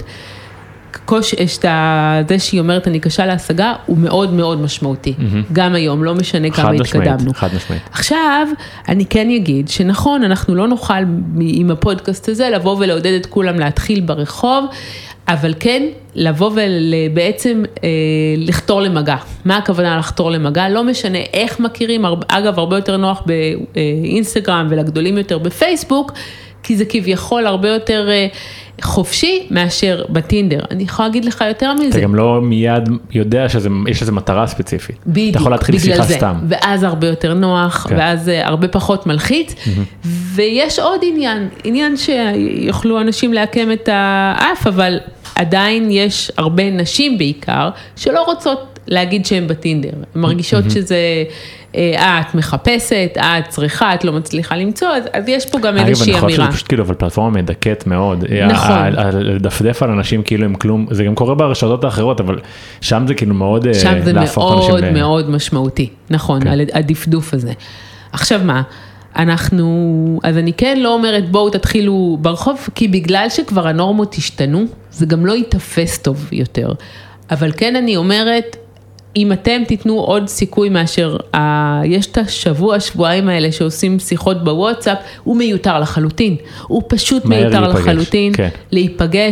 זה שהיא אומרת אני קשה להשגה, הוא מאוד מאוד משמעותי. גם היום, לא משנה כמה התקדמנו. חד משמעית. עכשיו, אני כן אגיד שנכון, אנחנו לא נוכל עם הפודקאסט הזה לבוא ולעודד את כולם להתחיל ברחוב, אבל כן לבוא ובעצם לחתור למגע. מה הכוונה לחתור למגע? לא משנה איך מכירים, אגב, הרבה יותר נוח באינסטגרם ולגדולים יותר בפייסבוק, כי זה כביכול הרבה יותר חופשי מאשר בטינדר. אני יכולה להגיד לך יותר מזה. אתה גם לא מיד יודע שיש איזו מטרה ספציפית. בדיוק, אתה יכול להתחיל שיחה סתם. ואז הרבה יותר נוח, ואז הרבה פחות מלחיץ. ויש עוד עניין שיוכלו אנשים להקם את האף, אבל עדיין יש הרבה נשים בעיקר, שלא רוצות להגיד שהן בטינדר. הן מרגישות שזה... את מחפשת, את צריכה, את לא מצליחה למצוא, אז יש פה גם איזושהי אמירה. אני חושב שזה פשוט כאילו, אבל פלטפורמה מדכאת מאוד. נכון. לדפדף על אנשים כאילו הם כלום, זה גם קורה ברשתות האחרות, אבל שם זה כאילו מאוד שם זה מאוד מאוד משמעותי, נכון, הדפדוף הזה. עכשיו מה, אז אני כן לא אומרת בואו תתחילו ברחוב, כי בגלל שכבר הנורמות השתנו, זה גם לא יתפס טוב יותר. אבל כן אני אומרת, אם אתם תיתנו עוד סיכוי מאשר, יש את שבועיים האלה שעושים שיחות בוואטסאפ, הוא מיותר לחלוטין. הוא פשוט מיותר לחלוטין, להיפגש.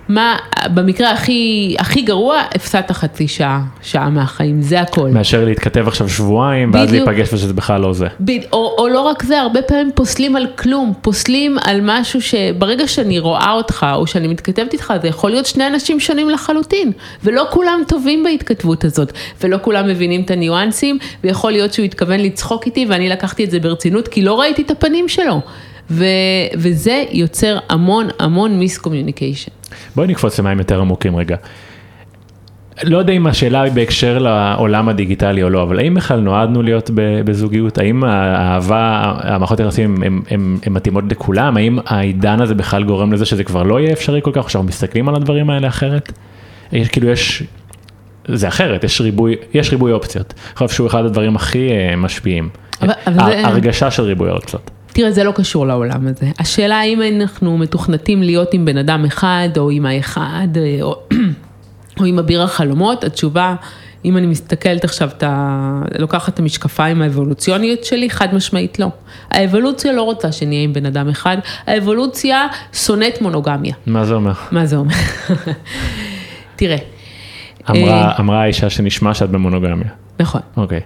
במקרה הכי גרוע, הפסדת חצי שעה מהחיים, זה הכל. מאשר להתכתב עכשיו שבועיים, ואז להיפגש ושזה בכלל לא זה. או לא רק זה, הרבה פעמים פוסלים על כלום, פוסלים על משהו שברגע שאני רואה אותך, או שאני מתכתבת איתך, זה יכול להיות שני אנשים שונים לחלוטין, ולא כולם טובים בהתכתבות הזאת, ולא כולם מבינים את הניואנסים, ויכול להיות שהוא התכוון לצחוק איתי, ואני לקחתי את זה ברצינות, כי לא ראיתי את הפנים שלו. וזה יוצר המון מיסקומיוניקיישן. בואי נקפוץ למים יותר עמוקים רגע. לא יודע אם השאלה היא בהקשר לעולם הדיגיטלי או לא, אבל האם בכלל נועדנו להיות בזוגיות? האם האהבה, המערכות היחסים הן מתאימות לכולם? האם העידן הזה בכלל גורם לזה שזה כבר לא יהיה אפשרי כל כך, או שאנחנו מסתכלים על הדברים האלה אחרת? כאילו זה אחרת, יש ריבוי אופציות. אני חושב שהוא אחד הדברים הכי משפיעים. הרגשה של ריבוי אופציות. תראה, זה לא קשור לעולם הזה. השאלה האם אנחנו מתוכנתים להיות עם בן אדם אחד, או עם האחד, או עם אביר החלומות. התשובה, אם אני מסתכלת עכשיו, לוקחת את המשקפיים האבולוציוניות שלי, חד משמעית לא. האבולוציה לא רוצה שנהיה עם בן אדם אחד, האבולוציה שונאת מונוגמיה. מה זה אומר? מה זה אומר? תראה. אמרה האישה שנשמע שאת במונוגמיה. נכון. אוקיי.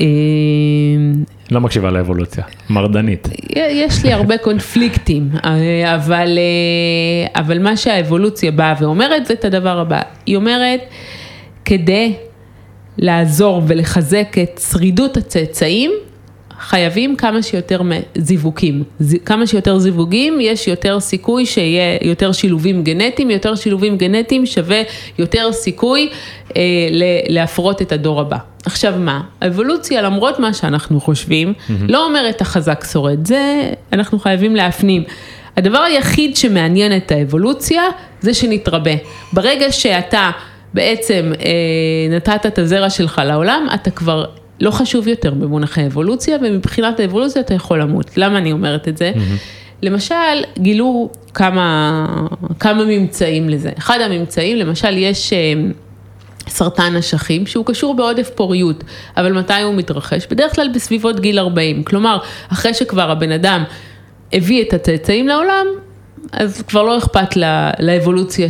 לא מקשיבה לאבולוציה, מרדנית. יש לי הרבה קונפליקטים, אבל מה שהאבולוציה באה ואומרת זה את הדבר הבא. היא אומרת, כדי לעזור ולחזק את שרידות הצאצאים, חייבים כמה שיותר זיווגים. כמה שיותר זיווגים, יש יותר סיכוי שיהיה יותר שילובים גנטיים, יותר שילובים גנטיים שווה יותר סיכוי להפרות את הדור הבא. עכשיו מה? האבולוציה, למרות מה שאנחנו חושבים, לא אומרת החזק שורד, זה אנחנו חייבים להפנים. הדבר היחיד שמעניין את האבולוציה, זה שנתרבה. ברגע שאתה בעצם נתת את הזרע שלך לעולם, אתה כבר לא חשוב יותר במונחי אבולוציה, ומבחינת האבולוציה אתה יכול למות. למה אני אומרת את זה? למשל, גילו כמה ממצאים לזה. אחד הממצאים, למשל, יש סרטן אשכים, שהוא קשור בעודף פוריות, אבל מתי הוא מתרחש? בדרך כלל בסביבות גיל 40. כלומר, אחרי שכבר הבן אדם הביא את הצאצאים לעולם, אז כבר לא אכפת לאבולוציה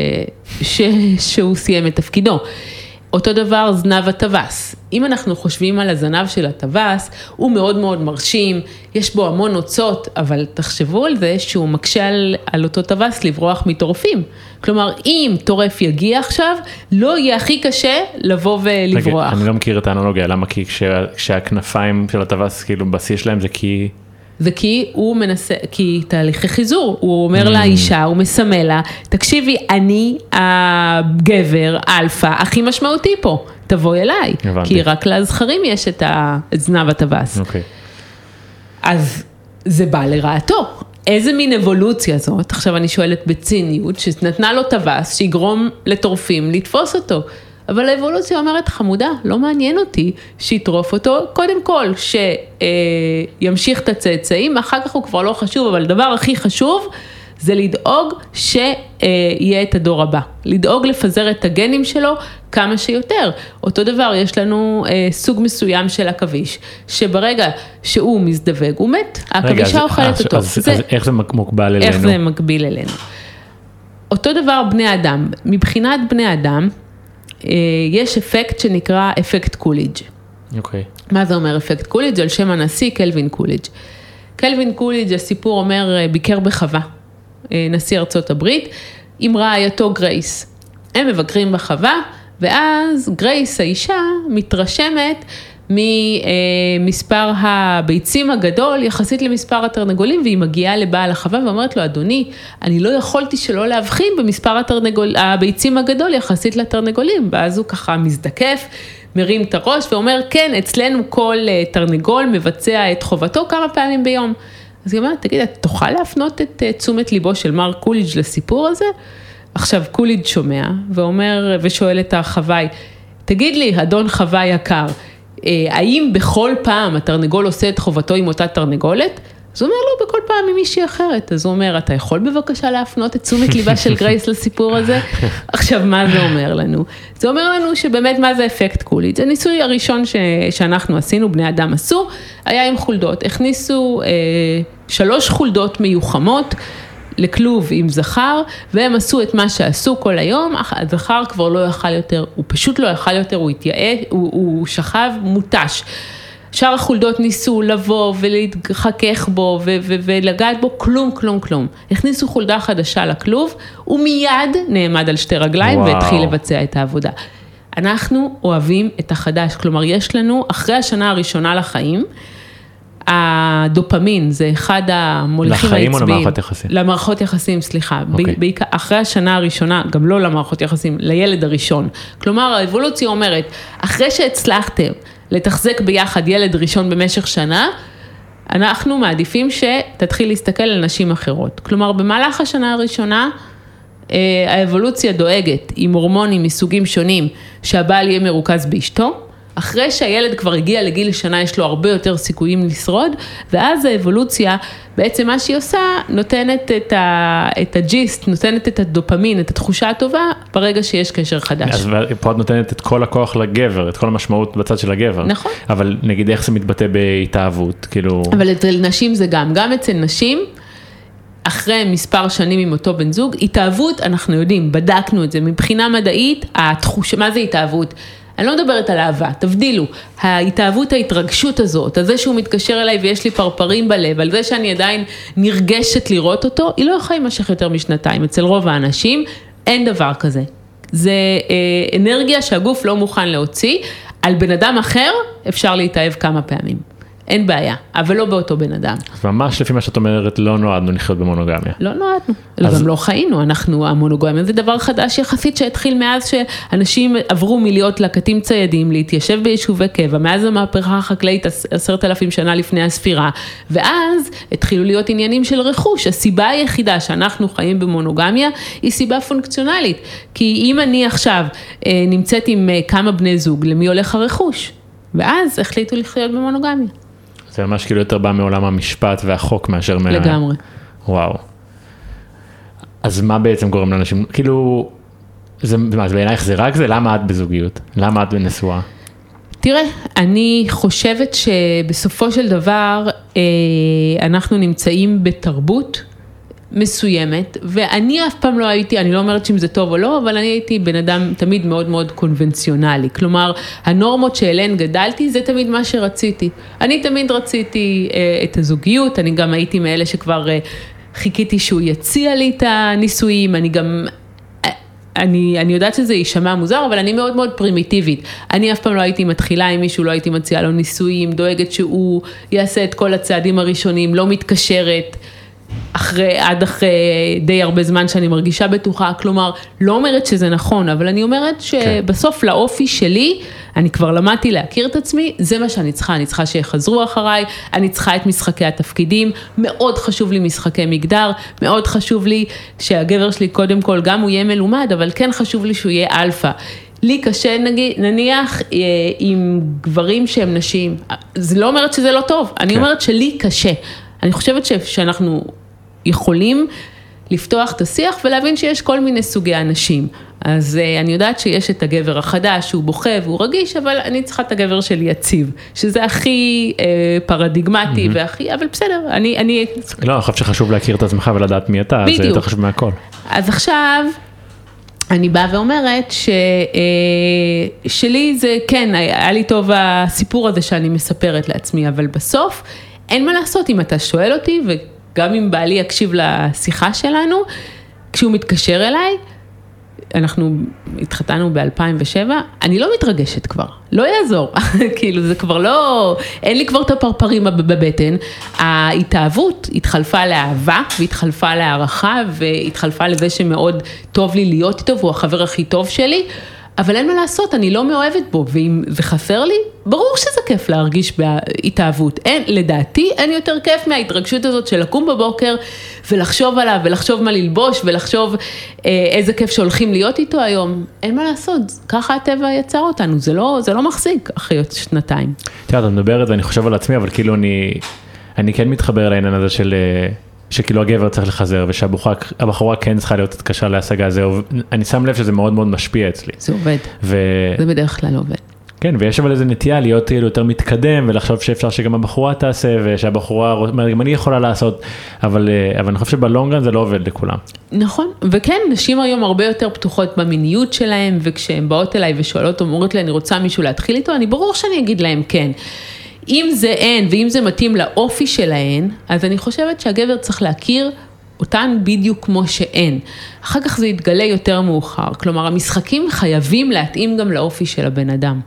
שהוא סיים את תפקידו. אותו דבר זנב הטווס. אם אנחנו חושבים על הזנב של הטווס, הוא מאוד מאוד מרשים, יש בו המון נוצות, אבל תחשבו על זה שהוא מקשה על אותו טווס לברוח מטורפים. כלומר, אם טורף יגיע עכשיו, לא יהיה הכי קשה לבוא ולברוח. אני לא מכיר את האנלוגיה, למה? כי כשהכנפיים של הטווס, כאילו בשיא שלהם זה כי... וכי הוא מנסה, כי תהליכי חיזור, הוא אומר לאישה, הוא מסמל לה, תקשיבי, אני הגבר, אלפא, הכי משמעותי פה, תבואי אליי, הבנתי. כי רק לזכרים יש את זנב הטווס. אוקיי. אז זה בא לרעתו. איזה מין אבולוציה זאת, עכשיו אני שואלת בציניות, שנתנה לו טווס, שיגרום לטורפים לתפוס אותו. אבל האבולוציה אומרת, חמודה, לא מעניין אותי שיטרוף אותו, קודם כל שימשיך את הצאצאים, אחר כך הוא כבר לא חשוב, אבל הדבר הכי חשוב זה לדאוג שיהיה את הדור הבא, לדאוג לפזר את הגנים שלו כמה שיותר. אותו דבר, יש לנו סוג מסוים של עכביש, שברגע שהוא מזדווג, הוא מת, העכבישה אוכלת אותו. אז איך זה מוקבל אלינו? איך זה מקביל אלינו? אותו דבר בני אדם, מבחינת בני אדם, יש אפקט שנקרא אפקט קוליג'. אוקיי. מה זה אומר אפקט קוליג'? על שם הנשיא קלווין קוליג'. קלווין קוליג', הסיפור אומר, ביקר בחווה, נשיא ארצות הברית, עם רעייתו גרייס. הם מבקרים בחווה, ואז גרייס, האישה, מתרשמת ממספר הביצים הגדול, יחסית למספר התרנגולים, והיא מגיעה לבעל החווה ואומרת לו, אדוני, אני לא יכולתי שלא להבחין במספר הביצים הגדול יחסית לתרנגולים, ואז הוא ככה מזדקף, מרים את הראש ואומר, כן, אצלנו כל תרנגול מבצע את חובתו כמה פעמים ביום. אז היא אומרת, תגיד, את תוכל להפנות את תשומת ליבו של מר קוליג' לסיפור הזה? עכשיו קוליג' שומע ואומר, ושואל את החוואי, תגיד לי, אדון חווה יקר, האם בכל פעם התרנגול עושה את חובתו עם אותה תרנגולת? אז הוא אומר לו, בכל פעם עם מישהי אחרת. אז הוא אומר, אתה יכול בבקשה להפנות את תשומת ליבה של גרייס לסיפור הזה? עכשיו, מה זה אומר לנו? זה אומר לנו שבאמת מה זה אפקט קוליג'. הניסוי הראשון שאנחנו עשינו, בני אדם עשו, היה עם חולדות. הכניסו 3 חולדות מיוחמות לכלוב עם זכר, והם עשו את מה שעשו כל היום, הזכר כבר לא יאכל יותר, הוא פשוט לא יאכל יותר, הוא התייאש, הוא שכב מוטש. שאר החולדות ניסו לבוא ולהתחכך בו ולגעת בו, כלום. הכניסו חולדה חדשה לכלוב, הוא מיד נעמד על שתי רגליים והתחיל לבצע את העבודה. אנחנו אוהבים את החדש, כלומר יש לנו, אחרי השנה הראשונה לחיים, הדופמין זה אחד המוליכים העצביים. לחיים או למערכות יחסים? למערכות יחסים, סליחה. בעיקר, אחרי השנה הראשונה, גם לא למערכות יחסים, לילד הראשון. כלומר, האבולוציה אומרת, אחרי שהצלחתם לתחזק ביחד ילד ראשון במשך שנה, אנחנו מעדיפים שתתחיל להסתכל על נשים אחרות. כלומר, במהלך השנה הראשונה, האבולוציה דואגת עם הורמונים מסוגים שונים, שהבעל יהיה מרוכז באשתו, אחרי שהילד כבר הגיע לגיל שנה, יש לו הרבה יותר סיכויים לשרוד, ואז האבולוציה, בעצם מה שהיא עושה, נותנת את הג'יסט, נותנת את הדופמין, את התחושה הטובה, ברגע שיש קשר חדש. אז פה את נותנת את כל הכוח לגבר, את כל המשמעות בצד של הגבר. נכון. אבל נגיד איך זה מתבטא בהתאהבות, כאילו... אבל אצל נשים זה גם אצל נשים, אחרי מספר שנים עם אותו בן זוג, התאהבות, אנחנו יודעים, בדקנו את זה, מבחינה מדעית, התחושה, מה זה התאהבות? אני לא מדברת על אהבה, תבדילו, ההתאהבות, ההתרגשות הזאת, על זה שהוא מתקשר אליי ויש לי פרפרים בלב, על זה שאני עדיין נרגשת לראות אותו, היא לא יכולה להימשך יותר משנתיים, אצל רוב האנשים אין דבר כזה. זה אנרגיה שהגוף לא מוכן להוציא, על בן אדם אחר אפשר להתאהב כמה פעמים. אין בעיה, אבל לא באותו בן אדם. אז ממש לפי מה שאת אומרת, לא נועדנו לחיות במונוגמיה. לא נועדנו, גם לא חיינו, המונוגמיה זה דבר חדש יחסית שהתחיל מאז שאנשים עברו מלהיות לקטים ציידים, להתיישב ביישובי קבע, מאז המהפכה החקלאית 10,000 שנה לפני הספירה, ואז התחילו להיות עניינים של רכוש. הסיבה היחידה שאנחנו חיים במונוגמיה היא סיבה פונקציונלית, כי אם אני עכשיו נמצאת עם כמה בני זוג, למי הולך הרכוש? ואז החליטו לחיות במונוגמיה. זה ממש כאילו יותר בא מעולם המשפט והחוק מאשר לגמרי. וואו. אז מה בעצם גורם לאנשים? כאילו, אז בעינייך זה רק זה? למה את בזוגיות? למה את בנשואה? תראה, אני חושבת שבסופו של דבר, אנחנו נמצאים בתרבות מסוימת, ואני אף פעם לא הייתי, אני לא אומרת שאם זה טוב או לא, אבל אני הייתי בן אדם תמיד מאוד מאוד קונבנציונלי, כלומר, הנורמות שאליהן גדלתי, זה תמיד מה שרציתי. אני תמיד רציתי את הזוגיות, אני גם הייתי מאלה שכבר חיכיתי שהוא יציע לי את הנישואים, אני גם... אני יודעת שזה יישמע מוזר, אבל אני מאוד מאוד פרימיטיבית. אני אף פעם לא הייתי מתחילה עם מישהו, לא הייתי מציעה לו נישואים, דואגת שהוא יעשה את כל הצעדים הראשונים, לא מתקשרת, עד אחרי די הרבה זמן שאני מרגישה בטוחה, כלומר, לא אומרת שזה נכון, אבל אני אומרת שבסוף לאופי שלי, אני כבר למדתי להכיר את עצמי, זה מה שאני צריכה, אני צריכה שיחזרו אחריי, אני צריכה את משחקי התפקידים, מאוד חשוב לי משחקי מגדר, מאוד חשוב לי שהגבר שלי קודם כל, גם הוא יהיה מלומד, אבל כן חשוב לי שהוא יהיה אלפא. לי קשה נניח עם גברים שהם נשים, זה לא אומרת שזה לא טוב, אני אומרת שלי קשה. אני חושבת שאנחנו יכולים לפתוח את השיח ולהבין שיש כל מיני סוגי אנשים. אז אני יודעת שיש את הגבר החדש, הוא בוכה והוא רגיש, אבל אני צריכה את הגבר שלי יציב, שזה הכי פרדיגמטי והכי, אבל בסדר, אני... לא, אני חושב שחשוב להכיר את עצמך ולדעת מי אתה, זה יותר חשוב מהכל. אז עכשיו... אני באה ואומרת שלי זה, כן, היה לי טוב הסיפור הזה שאני מספרת לעצמי, אבל בסוף אין מה לעשות אם אתה שואל אותי, וגם אם בעלי יקשיב לשיחה שלנו, כשהוא מתקשר אליי, אנחנו התחתנו ב-2007, אני לא מתרגשת כבר, לא יעזור, כאילו זה כבר לא, אין לי כבר את הפרפרים בבטן, ההתאהבות התחלפה לאהבה, והתחלפה להערכה, והתחלפה לזה שמאוד טוב לי להיות איתו, והוא החבר הכי טוב שלי, אבל אין מה לעשות, אני לא מאוהבת בו, ואם זה חסר לי, ברור שזה כיף להרגיש בהתאהבות. לדעתי, אין יותר כיף מההתרגשות הזאת של לקום בבוקר, ולחשוב עליו, ולחשוב מה ללבוש, ולחשוב איזה כיף שהולכים להיות איתו היום. אין מה לעשות, ככה הטבע יצר אותנו, זה לא מחזיק אחרי שנתיים. תראה, אתה מדברת ואני חושב על עצמי, אבל כאילו אני כן מתחבר לעניין הזה שכאילו הגבר צריך לחזר, ושהבחורה כן צריכה להיות התקשה להשגה, אני שם לב שזה מאוד מאוד משפיע אצלי. זה עובד, זה בדרך כלל עובד. כן, ויש אבל איזה נטייה להיות יותר מתקדם, ולחשוב שאפשר שגם הבחורה תעשה, ושהבחורה, גם אני יכולה לעשות, אבל אני חושב שבלונגרן זה לא עובד לכולם. נכון, וכן, נשים היום הרבה יותר פתוחות במיניות שלהם, וכשהן באות אליי ושואלות, אומרות לי, אני רוצה מישהו להתחיל איתו, אני ברור שאני אגיד להם כן. אם זה אין, ואם זה מתאים לאופי שלהן, אז אני חושבת שהגבר צריך להכיר אותן בדיוק כמו שאין. אחר כך זה יתגלה יותר מאוחר. כלומר, המשחקים חייבים להתאים גם לאופי של הבן אדם.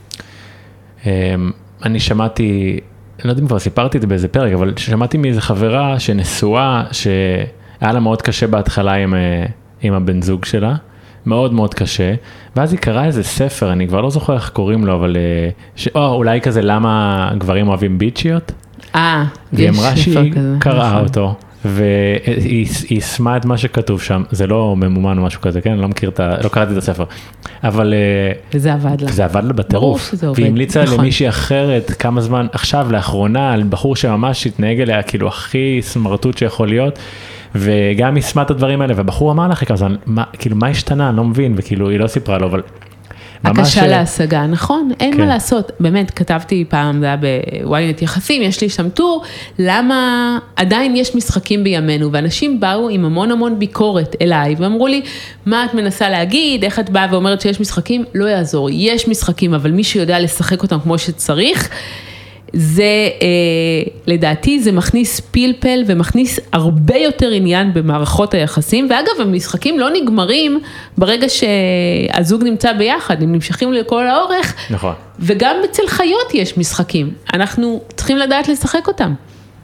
אני שמעתי, אני לא יודע אם כבר סיפרתי את זה באיזה פרק, אבל שמעתי מאיזו חברה שנשואה, שהיה לה מאוד קשה בהתחלה עם הבן זוג שלה, מאוד מאוד קשה, ואז היא קראה איזה ספר, אני כבר לא זוכר איך קוראים לו, אבל אולי כזה למה גברים אוהבים ביצ'יות? והיא אמרה שהיא קראה אותו, והיא יישמה את מה שכתוב שם, זה לא ממומן או משהו כזה, כן? אני לא מכיר לא קראתי את הספר, אבל זה עבד לה. זה עבד לה בטירוף, והיא המליצה למישהי אחרת כמה זמן, עכשיו לאחרונה, על בחור שממש התנהג אליה, כאילו הכי סמרטוט שיכול להיות, וגם יישמה את הדברים האלה, והבחור אמר לך, כאילו מה השתנה, אני לא מבין, וכאילו היא לא סיפרה לו, אבל הקשה להשגה, נכון, אין מה לעשות, באמת כתבתי פעם, זה היה בוויינט יחסים, יש לי שם טור, למה עדיין יש משחקים בימינו, ואנשים באו עם המון המון ביקורת אליי, ואמרו לי, מה את מנסה להגיד, איך את באה ואומרת שיש משחקים, לא יעזור, יש משחקים, אבל מי שיודע לשחק אותם כמו שצריך, זה, לדעתי, זה מכניס פלפל ומכניס הרבה יותר עניין במערכות היחסים, ואגב, המשחקים לא נגמרים ברגע שהזוג נמצא ביחד, הם נמשכים לכל האורך, נכון. וגם אצל חיות יש משחקים, אנחנו צריכים לדעת לשחק אותם.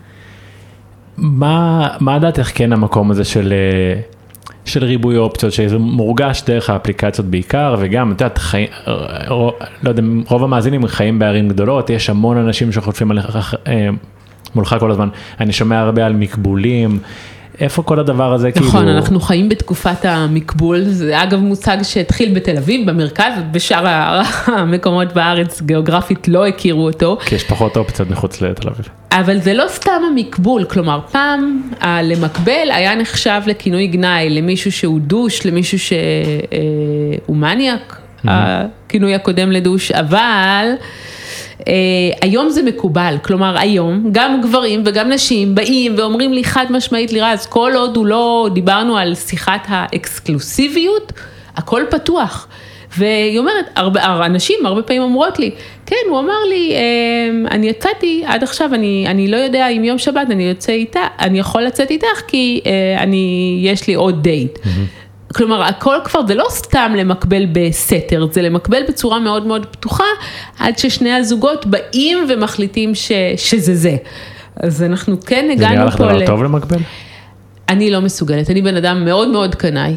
מה דעתך כן המקום הזה של ריבוי אופציות, שזה מורגש דרך האפליקציות בעיקר, וגם, את יודעת, לא יודע, רוב המאזינים חיים בערים גדולות, יש המון אנשים שחוטפים מולך כל הזמן, אני שומע הרבה על מקבולים, איפה כל הדבר הזה כאילו? נכון, אנחנו חיים בתקופת המקבול, זה אגב מושג שהתחיל בתל אביב, במרכז, בשאר המקומות בארץ, גיאוגרפית לא הכירו אותו. כי יש פחות אופציות מחוץ לתל אביב. אבל זה לא סתם המקבול, כלומר פעם למקבל היה נחשב לכינוי גנאי, למישהו שהוא דוש, למישהו שהוא מניאק, הכינוי הקודם לדוש, אבל היום זה מקובל, כלומר היום גם גברים וגם נשים באים ואומרים לי חד משמעית לירז, כל עוד הוא לא דיברנו על שיחת האקסקלוסיביות, הכל פתוח. והיא אומרת, אנשים הרבה פעמים אומרות לי, כן, הוא אמר לי, אני יצאתי עד עכשיו, אני לא יודע אם יום שבת אני יוצא איתה, אני יכול לצאת איתך כי יש לי עוד דייט. כלומר, הכל כבר, זה לא סתם למקבל בסתר, זה למקבל בצורה מאוד מאוד פתוחה, עד ששני הזוגות באים ומחליטים שזה זה. אז אנחנו כן הגענו פה... זה נראה לך דבר טוב למקבל? אני לא מסוגלת, אני בן אדם מאוד מאוד קנאי.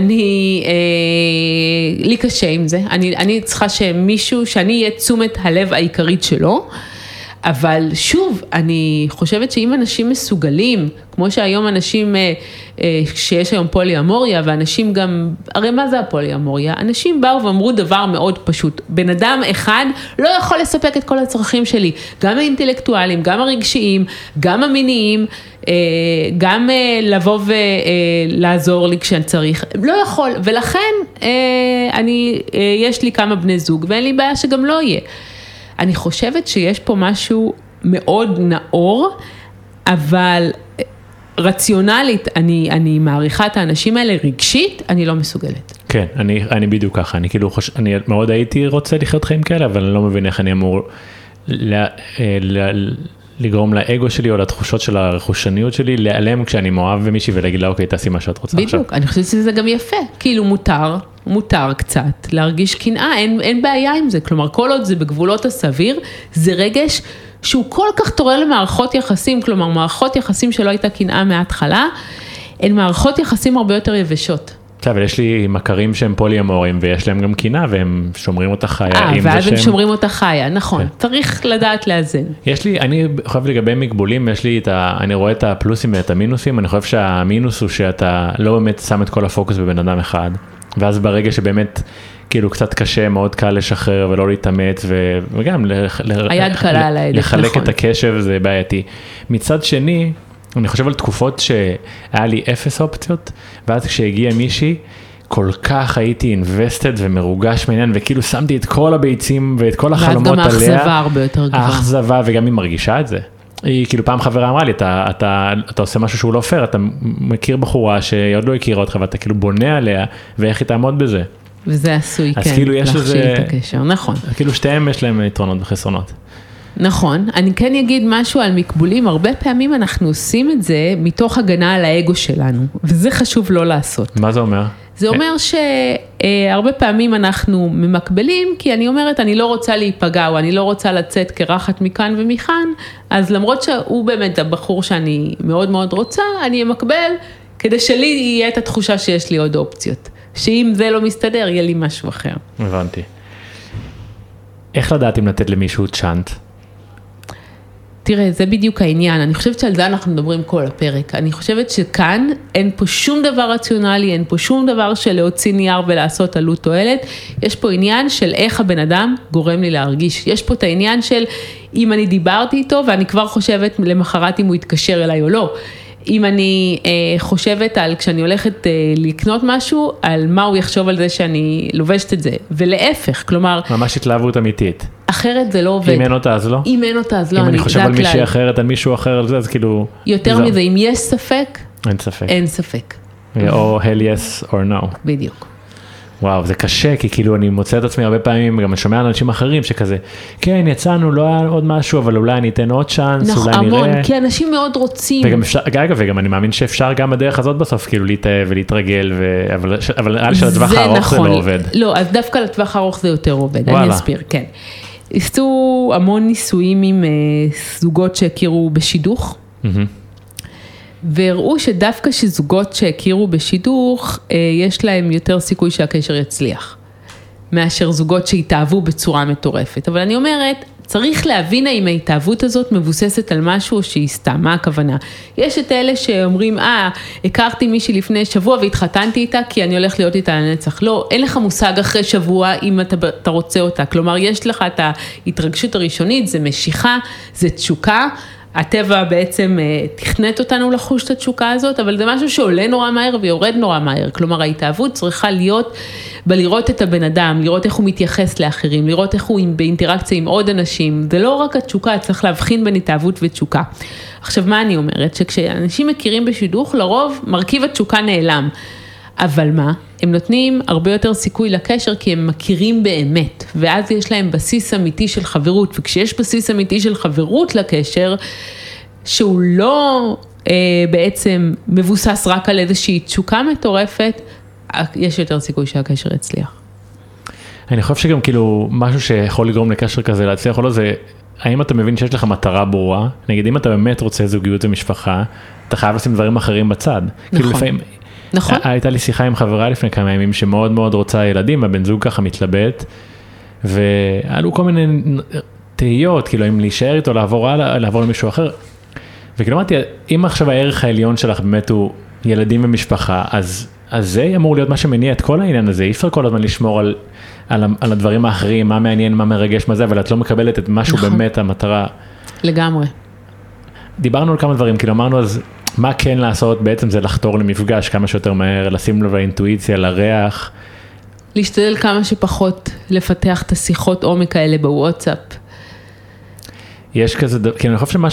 לי קשה עם זה, אני צריכה שמישהו, שאני אהיה תשומת הלב העיקרית שלו, אבל שוב, אני חושבת שאם אנשים מסוגלים, כמו שהיום אנשים, שיש היום פוליאמוריה, ואנשים גם, הרי מה זה הפוליאמוריה? אנשים באו ואמרו דבר מאוד פשוט, בן אדם אחד לא יכול לספק את כל הצרכים שלי, גם האינטלקטואליים, גם הרגשיים, גם המיניים, גם לבוא ולעזור לי כשאני צריך, לא יכול, ולכן יש לי כמה בני זוג, ואין לי בעיה שגם לא יהיה. אני חושבת שיש פה משהו מאוד נאור, אבל רציונלית, אני מעריכה את האנשים האלה, רגשית, אני לא מסוגלת. כן, אני בדיוק ככה, אני מאוד הייתי רוצה לחיות חיים כאלה, אבל אני לא מבין איך אני אמור לגרום לאגו שלי, או לתחושות של הרכושניות שלי, להיעלם כשאני מאוהב במישהי, ולהגיד לה, אוקיי, תעשי מה שאת רוצה עכשיו. בדיוק, אני חושבת שזה גם יפה, כאילו מותר קצת, להרגיש קנאה, אין בעיה עם זה, כלומר, כל עוד זה בגבולות הסביר, זה רגש שהוא כל כך תורא למערכות יחסים, כלומר, מערכות יחסים שלא הייתה קנאה מההתחלה, הן מערכות יחסים הרבה יותר יבשות. אבל יש לי מכרים שהם פוליאמורים, ויש להם גם קנאה, והם שומרים אותה חיה. ואז הם שומרים אותה חיה, נכון, צריך לדעת לאזן. אני חושב לגבי מקבולים, אני רואה את הפלוסים ואת המינוסים, אני חושב שהמינוס הוא שאתה לא באמת שם את כל הפוקוס בבן אדם אחד, ואז ברגע שבאמת כאילו קצת קשה, מאוד קל לשחרר ולא להתאמץ, וגם לחלק את הקשב זה בעייתי. מצד שני, אני חושב על תקופות שהיה לי 0 אופציות, ואז כשהגיע מישהי, כל כך הייתי invested ומרוגש מעניין, וכאילו שמתי את כל הביצים ואת כל החלומות עליה. ואז גם האכזבה הרבה יותר גבוהה. האכזבה, וגם היא מרגישה את זה. היא כאילו פעם חברה אמרה לי, אתה עושה משהו שהוא לא פייר, אתה מכיר בחורה שעוד לא הכירה אותך, ואתה כאילו בונה עליה, ואיך היא תעמוד בזה. וזה עשוי, כן, כאילו להכשיל את הקשר, נכון. כאילו שתיהם יש להם יתרונות וחסרונות. נכון, אני כן אגיד משהו על מקבולים, הרבה פעמים אנחנו עושים את זה מתוך הגנה על האגו שלנו, וזה חשוב לא לעשות. מה זה אומר? זה אומר שהרבה פעמים אנחנו ממקבלים, כי אני אומרת, אני לא רוצה להיפגע, או אני לא רוצה לצאת כרחת מכאן ומכאן, אז למרות שהוא באמת הבחור שאני מאוד מאוד רוצה, אני אמקבל, כדי שלי יהיה את התחושה שיש לי עוד אופציות. שאם זה לא מסתדר, יהיה לי משהו אחר. הבנתי. איך לדעת אם לתת למישהו צ'אנט? תראה, זה בדיוק העניין, אני חושבת שעל זה אנחנו מדברים כל הפרק, אני חושבת שכאן אין פה שום דבר רציונלי, אין פה שום דבר של להוציא נייר ולעשות עלות תועלת, יש פה עניין של איך הבן אדם גורם לי להרגיש, יש פה את העניין של אם אני דיברתי איתו ואני כבר חושבת למחרת אם הוא יתקשר אליי או לא, אם אני חושבת על, כשאני הולכת לקנות משהו, על מה הוא יחשוב על זה שאני לובשת את זה, ולהפך, כלומר... ממש התלהבות אמיתית. אחרת זה לא עובד. אם אין אותה אז לא? אם אין אותה אז לא, אם אני חושב על מישהי אחרת, על מישהו אחר, על זה, אז כאילו... יותר מזה, אם יש ספק... אין ספק. אין ספק. או hell yes or no. בדיוק. וואו, זה קשה, כי כאילו אני מוצא את עצמי הרבה פעמים, גם אני שומע אנשים אחרים שכזה, כן, יצאנו, לא היה עוד משהו, אבל אולי אני אתן עוד צ'אנס, אולי נראה. נכון, המון, כי אנשים מאוד רוצים. וגם אפשר, וגם אני מאמין שאפשר גם בדרך הזאת בסוף, כאילו להתאהב ולהתרגל, אבל נראה לי שלטווח הארוך זה לא עובד. לא, אז דווקא לטווח הארוך זה יותר עובד, אני אסביר, כן. עשו המון ניסויים עם זוגות שהכירו בשידוך, והראו שדווקא שזוגות שהכירו בשידוך, יש להם יותר סיכוי שהקשר יצליח, מאשר זוגות שהתאהבו בצורה מטורפת. אבל אני אומרת, צריך להבין האם ההתאהבות הזאת מבוססת על משהו שהיא סתם, מה הכוונה? יש את אלה שאומרים, הכרתי מישהי לפני שבוע והתחתנתי איתה, כי אני הולך להיות איתה לנצח. לא, אין לך מושג אחרי שבוע אם אתה רוצה אותה. כלומר, יש לך את ההתרגשות הראשונית, זה משיכה, זה תשוקה, הטבע בעצם תכנת אותנו לחוש את התשוקה הזאת, אבל זה משהו שעולה נורא מהר ויורד נורא מהר. כלומר, ההתאהבות צריכה להיות בלראות את הבן אדם, לראות איך הוא מתייחס לאחרים, לראות איך הוא באינטראקציה עם עוד אנשים. זה לא רק התשוקה, צריך להבחין בין התאהבות ותשוקה. עכשיו, מה אני אומרת? שכשאנשים מכירים בשידוך, לרוב מרכיב התשוקה נעלם. אבל מה? הם נותנים הרבה יותר סיכוי לקשר כי הם מכירים באמת, ואז יש להם בסיס אמיתי של חברות, וכשיש בסיס אמיתי של חברות לקשר, שהוא לא בעצם מבוסס רק על איזושהי תשוקה מטורפת, יש יותר סיכוי שהקשר יצליח. אני חושב שגם כאילו משהו שיכול לגרום לקשר כזה להצליח או לא, זה האם אתה מבין שיש לך מטרה ברורה, נגיד אם אתה באמת רוצה זוגיות ומשפחה, אתה חייב לשים דברים אחרים בצד. נכון. כאילו לפעמים, נכון. הייתה לי שיחה עם חברה לפני כמה ימים שמאוד מאוד רוצה ילדים, הבן זוג ככה מתלבט, ועלו כל מיני תהיות, כאילו אם להישאר איתו, לעבור הלאה, לעבור למישהו אחר, וכאילו אמרתי, אם עכשיו הערך העליון שלך באמת הוא ילדים ומשפחה, אז זה אמור להיות מה שמניע את כל העניין הזה, אי אפשר כל הזמן לשמור על הדברים האחרים, מה מעניין, מה מרגש, מה זה, אבל את לא מקבלת את משהו נכון. באמת המטרה. לגמרי. דיברנו על כמה דברים, כאילו אמרנו אז, מה כן לעשות בעצם זה לחתור למפגש כמה שיותר מהר, לשים לב לאינטואיציה, לריח. להשתדל כמה שפחות לפתח את השיחות עומק האלה בוואטסאפ. יש כזה, כי אני חושב שמה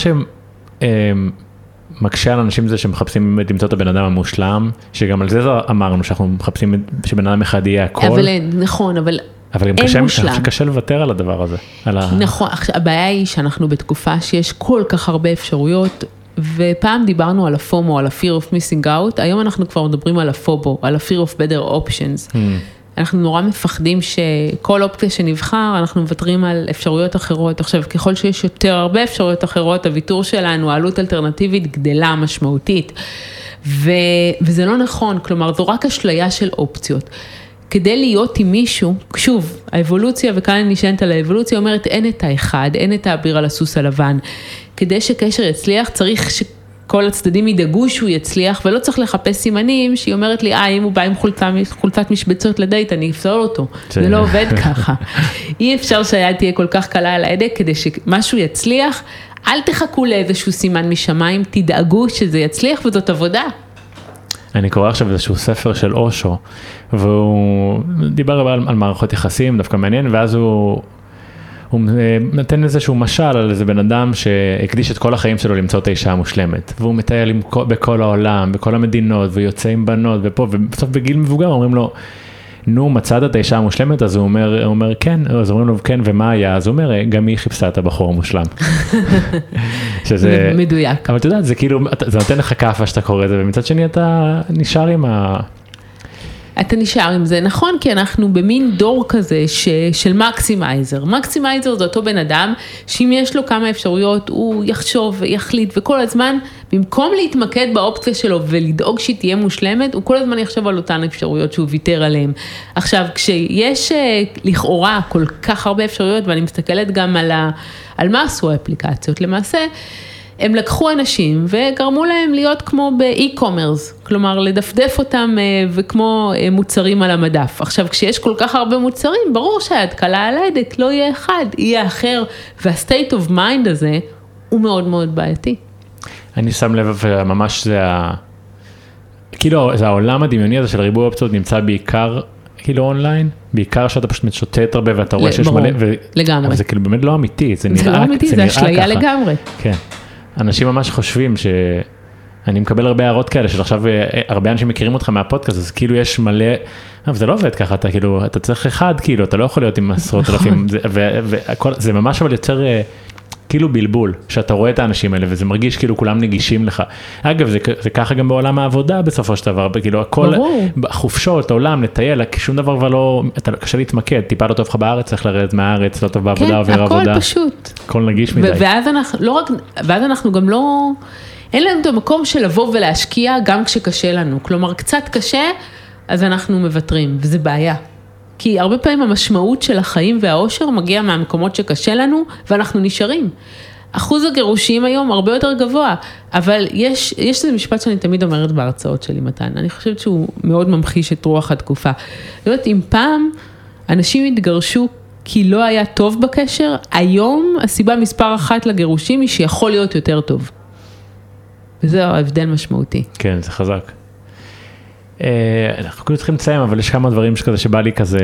שמקשה על אנשים זה שמחפשים למצוא את הבן אדם המושלם, שגם על זה אמרנו שאנחנו מחפשים שבן אדם אחד יהיה הכל. אבל אין, נכון, אבל גם קשה לוותר על הדבר הזה. נכון, הבעיה היא שאנחנו בתקופה שיש כל כך הרבה אפשרויות, ופעם דיברנו על הפומו, על ה-fear of missing out, היום אנחנו כבר מדברים על הפובו, על ה-fear of better options. אנחנו נורא מפחדים שכל אופציה שנבחר, אנחנו מוותרים על אפשרויות אחרות. עכשיו, ככל שיש יותר הרבה אפשרויות אחרות, הוויתור שלנו, העלות אלטרנטיבית גדלה משמעותית. וזה לא נכון, כלומר, זו רק אשליה של אופציות. כדי להיות עם מישהו, שוב, האבולוציה, וכאן אני נשענת על האבולוציה, אומרת, אין את האחד, אין את האביר על הסוס הלבן. כדי שקשר יצליח, צריך שכל הצדדים ידאגו שהוא יצליח, ולא צריך לחפש סימנים, שהיא אומרת לי, אם הוא בא עם חולצת משבצות לדייט, אני אפסול אותו. זה לא עובד ככה. אי אפשר שהיד תהיה כל כך קלה על ההדק, כדי שמשהו יצליח, אל תחכו לאיזשהו סימן משמיים, תדאגו שזה יצליח, וזאת עבודה. אני קורא עכשיו איזשהו ספר של אושו, והוא דיבר על מערכות יחסים, דווקא מעניין, ואז הוא נתן איזשהו משל על איזה בן אדם שהקדיש את כל החיים שלו למצוא את האישה המושלמת, והוא מטייל בכל העולם, בכל המדינות, ויוצא עם בנות, ופה, ובסוף בגיל מבוגר אומרים לו, נו, מצאת את האישה המושלמת, אז הוא אומר כן, אז אומרים לו כן, ומה היה? אז הוא אומר, גם היא חיפשה את הבחור המושלם. שזה מדויק. אבל אתה יודע, זה כאילו, זה נותן לך כאפה שאתה קורא את זה, ומצד שני אתה נשאר עם אתה נשאר עם זה, נכון, כי אנחנו במין דור כזה של מקסימייזר. מקסימייזר זה אותו בן אדם, שאם יש לו כמה אפשרויות, הוא יחשוב ויחליט, וכל הזמן, במקום להתמקד באופציה שלו ולדאוג שהיא תהיה מושלמת, הוא כל הזמן יחשב על אותן אפשרויות שהוא ויתר עליהן. עכשיו, כשיש לכאורה כל כך הרבה אפשרויות, ואני מסתכלת גם על מה עשו האפליקציות, למעשה, הם לקחו אנשים וגרמו להם להיות כמו באי-קומרס, כלומר לדפדף אותם וכמו מוצרים על המדף. עכשיו, כשיש כל כך הרבה מוצרים, ברור שהיד קלה על ההדק, לא יהיה אחד, יהיה אחר, וה-state of mind הזה הוא מאוד מאוד בעייתי. אני שם לב, וממש כאילו, זה העולם הדמיוני הזה של ריבוי אופציות נמצא בעיקר, כאילו אונליין, בעיקר שאתה פשוט משוטט הרבה ואתה רואה שיש מלא, לגמרי. אבל זה כאילו באמת לא אמיתי, זה לא אמיתי, זה אשליה לגמרי. כן. אנשים ממש חושבים שאני מקבל הרבה הערות כאלה, שעכשיו הרבה אנשים מכירים אותך מהפודקאסט, אז כאילו יש מלא, אבל זה לא עובד ככה, אתה צריך אחד, כאילו, אתה לא יכול להיות עם עשרות אלפים, זה ממש אבל יוצר כאילו בלבול, שאתה רואה את האנשים האלה, וזה מרגיש כאילו כולם נגישים לך. אגב, זה ככה גם בעולם העבודה בסופו של דבר, כאילו הכל, חופשות, העולם, לטייל, שום דבר כבר לא, אתה קשה להתמקד, טיפה לא טוב לך בארץ, צריך לרדת מהארץ, לא טוב בעבודה, עובר עבודה. כן, הכל פשוט. הכל נגיש מדי. ואז אנחנו גם לא, אין לנו את המקום של לבוא ולהשקיע גם כשקשה לנו. כלומר, קצת קשה, אז אנחנו מוותרים, וזה בעיה. כי הרבה פעמים המשמעות של החיים והאושר מגיע מהמקומות שקשה לנו, ואנחנו נשארים. אחוז הגירושים היום הרבה יותר גבוה, אבל יש איזה משפט שאני תמיד אומרת בהרצאות שלי, מתן. אני חושבת שהוא מאוד ממחיש את רוח התקופה. זאת אומרת, אם פעם אנשים התגרשו כי לא היה טוב בקשר, היום הסיבה מספר אחת לגירושים היא שיכול להיות יותר טוב. וזה ההבדל משמעותי. כן, זה חזק. אנחנו כאילו צריכים לציין, אבל יש כמה דברים שכזה שבא לי כזה,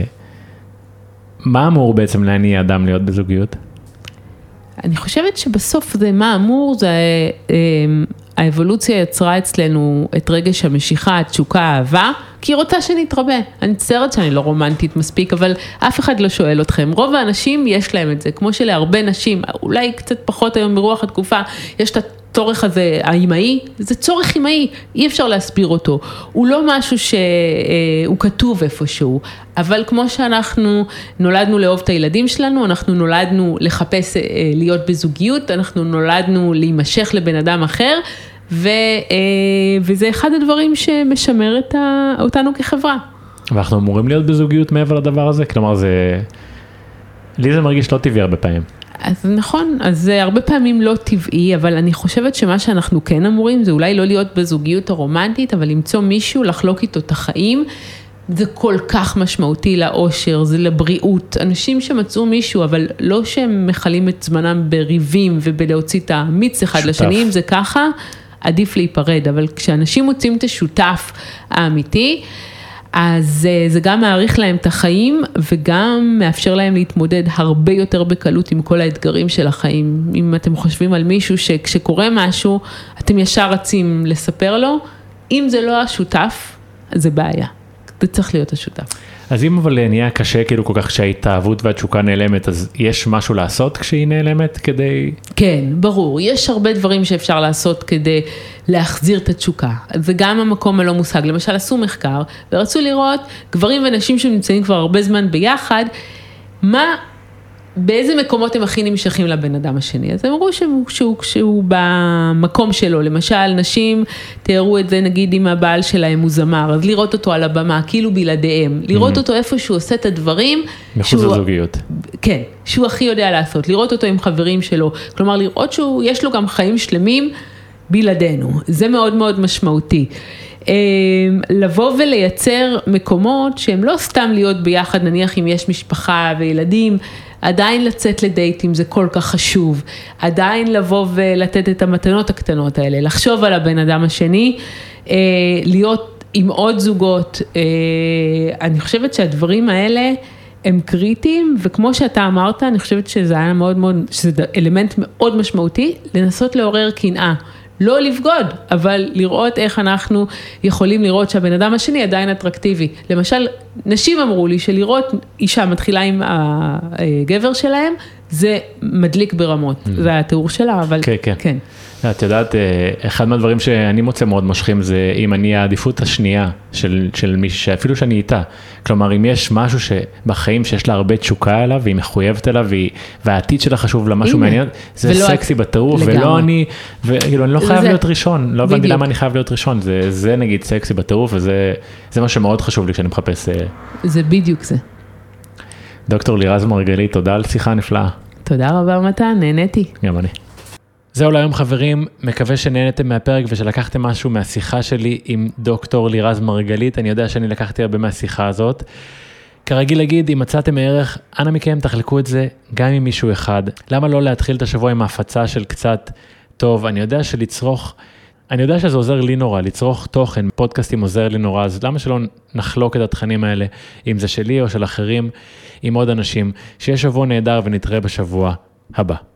מה אמור בעצם להניע אדם להיות בזוגיות? אני חושבת שבסוף זה מה אמור, זה האבולוציה יצרה אצלנו את רגש המשיכה, התשוקה, האהבה, כי היא רוצה שנתרבה. אני מצטערת שאני לא רומנטית מספיק, אבל אף אחד לא שואל אתכם. רוב האנשים יש להם את זה, כמו שלהרבה נשים, אולי קצת פחות היום ברוח התקופה, יש את הצורך הזה, האימהי, זה צורך אימהי, אי אפשר להסביר אותו. הוא לא משהו שהוא כתוב איפשהו, אבל כמו שאנחנו נולדנו לאהוב את הילדים שלנו, אנחנו נולדנו לחפש להיות בזוגיות, אנחנו נולדנו להימשך לבן אדם אחר, וזה אחד הדברים שמשמר אותנו כחברה. ואנחנו אמורים להיות בזוגיות מעבר לדבר הזה? כלומר, לי זה מרגיש לא טבעי הרבה פעמים. אז נכון, אז זה הרבה פעמים לא טבעי, אבל אני חושבת שמה שאנחנו כן אמורים, זה אולי לא להיות בזוגיות הרומנטית, אבל למצוא מישהו, לחלוק איתו את החיים, זה כל כך משמעותי לאושר, זה לבריאות. אנשים שמצאו מישהו, אבל לא שהם מחלים את זמנם בריבים ובלהוציא את המיץ אחד לשני, אם זה ככה, עדיף להיפרד. אבל כשאנשים מוצאים את השותף האמיתי, אז זה גם מעריך להם את החיים, וגם מאפשר להם להתמודד הרבה יותר בקלות עם כל האתגרים של החיים. אם אתם חושבים על מישהו שכשקורה משהו, אתם ישר רצים לספר לו, אם זה לא השותף, זה בעיה. זה צריך להיות השותף. אז אם אבל נהיה קשה, כאילו כל כך שההתאהבות והתשוקה נעלמת, אז יש משהו לעשות כשהיא נעלמת כדי... כן, ברור. יש הרבה דברים שאפשר לעשות כדי להחזיר את התשוקה. זה גם המקום הלא מושג. למשל, עשו מחקר, ורצו לראות גברים ונשים שנמצאים כבר הרבה זמן ביחד, באיזה מקומות הם הכי נמשכים לבן אדם השני. אז הם אמרו שהוא במקום שלו. למשל, נשים תיארו את זה, נגיד, אם הבעל שלהם הוא זמר, אז לראות אותו על הבמה, כאילו בלעדיהם. לראות אותו איפה שהוא עושה את הדברים. מחוץ לזוגיות. כן, שהוא הכי יודע לעשות. לראות אותו עם חברים שלו. כלומר, לראות שיש לו גם חיים שלמים בלעדינו. זה מאוד מאוד משמעותי. לבוא ולייצר מקומות שהם לא סתם להיות ביחד, נניח אם יש משפחה וילדים, עדיין לצאת לדייטים זה כל כך חשוב, עדיין לבוא ולתת את המתנות הקטנות האלה, לחשוב על הבן אדם השני, להיות עם עוד זוגות, אני חושבת שהדברים האלה הם קריטיים, וכמו שאתה אמרת, אני חושבת שזה היה מאוד מאוד, שזה אלמנט מאוד משמעותי, לנסות לעורר קנאה. לא לבגוד, אבל לראות איך אנחנו יכולים לראות שהבן אדם השני עדיין אטרקטיבי. למשל, נשים אמרו לי שלראות אישה מתחילה עם הגבר שלהם, זה מדליק ברמות. זה התיאור שלה, אבל כן. את יודעת, אחד מהדברים שאני מוצא מאוד מושכים זה אם אני העדיפות השנייה של מישהו שאפילו שאני איתה. כלומר, אם יש משהו שבחיים שיש לה הרבה תשוקה אליו, והיא מחויבת אליו, והעתיד שלה חשוב לה משהו מעניין, זה סקסי בטירוף, ולא אני, וכאילו אני לא חייב להיות ראשון, לא הבנתי למה אני חייב להיות ראשון, זה נגיד סקסי בטירוף, וזה מה שמאוד חשוב לי כשאני מחפש. זה בדיוק זה. דוקטור לירז מרגלית, תודה על שיחה נפלאה. תודה רבה מתן, נהניתי. גם אני. זהו להיום חברים, מקווה שנהנתם מהפרק ושלקחתם משהו מהשיחה שלי עם דוקטור לירז מרגלית, אני יודע שאני לקחתי הרבה מהשיחה הזאת. כרגיל להגיד, אם מצאתם ערך, אנא מכם תחלקו את זה גם עם מישהו אחד. למה לא להתחיל את השבוע עם ההפצה של קצת טוב? אני יודע שזה עוזר לי נורא, לצרוך תוכן, פודקאסטים עוזר לי נורא, אז למה שלא נחלוק את התכנים האלה, אם זה שלי או של אחרים, עם עוד אנשים, שיהיה שבוע נהדר ונתראה בשבוע הבא.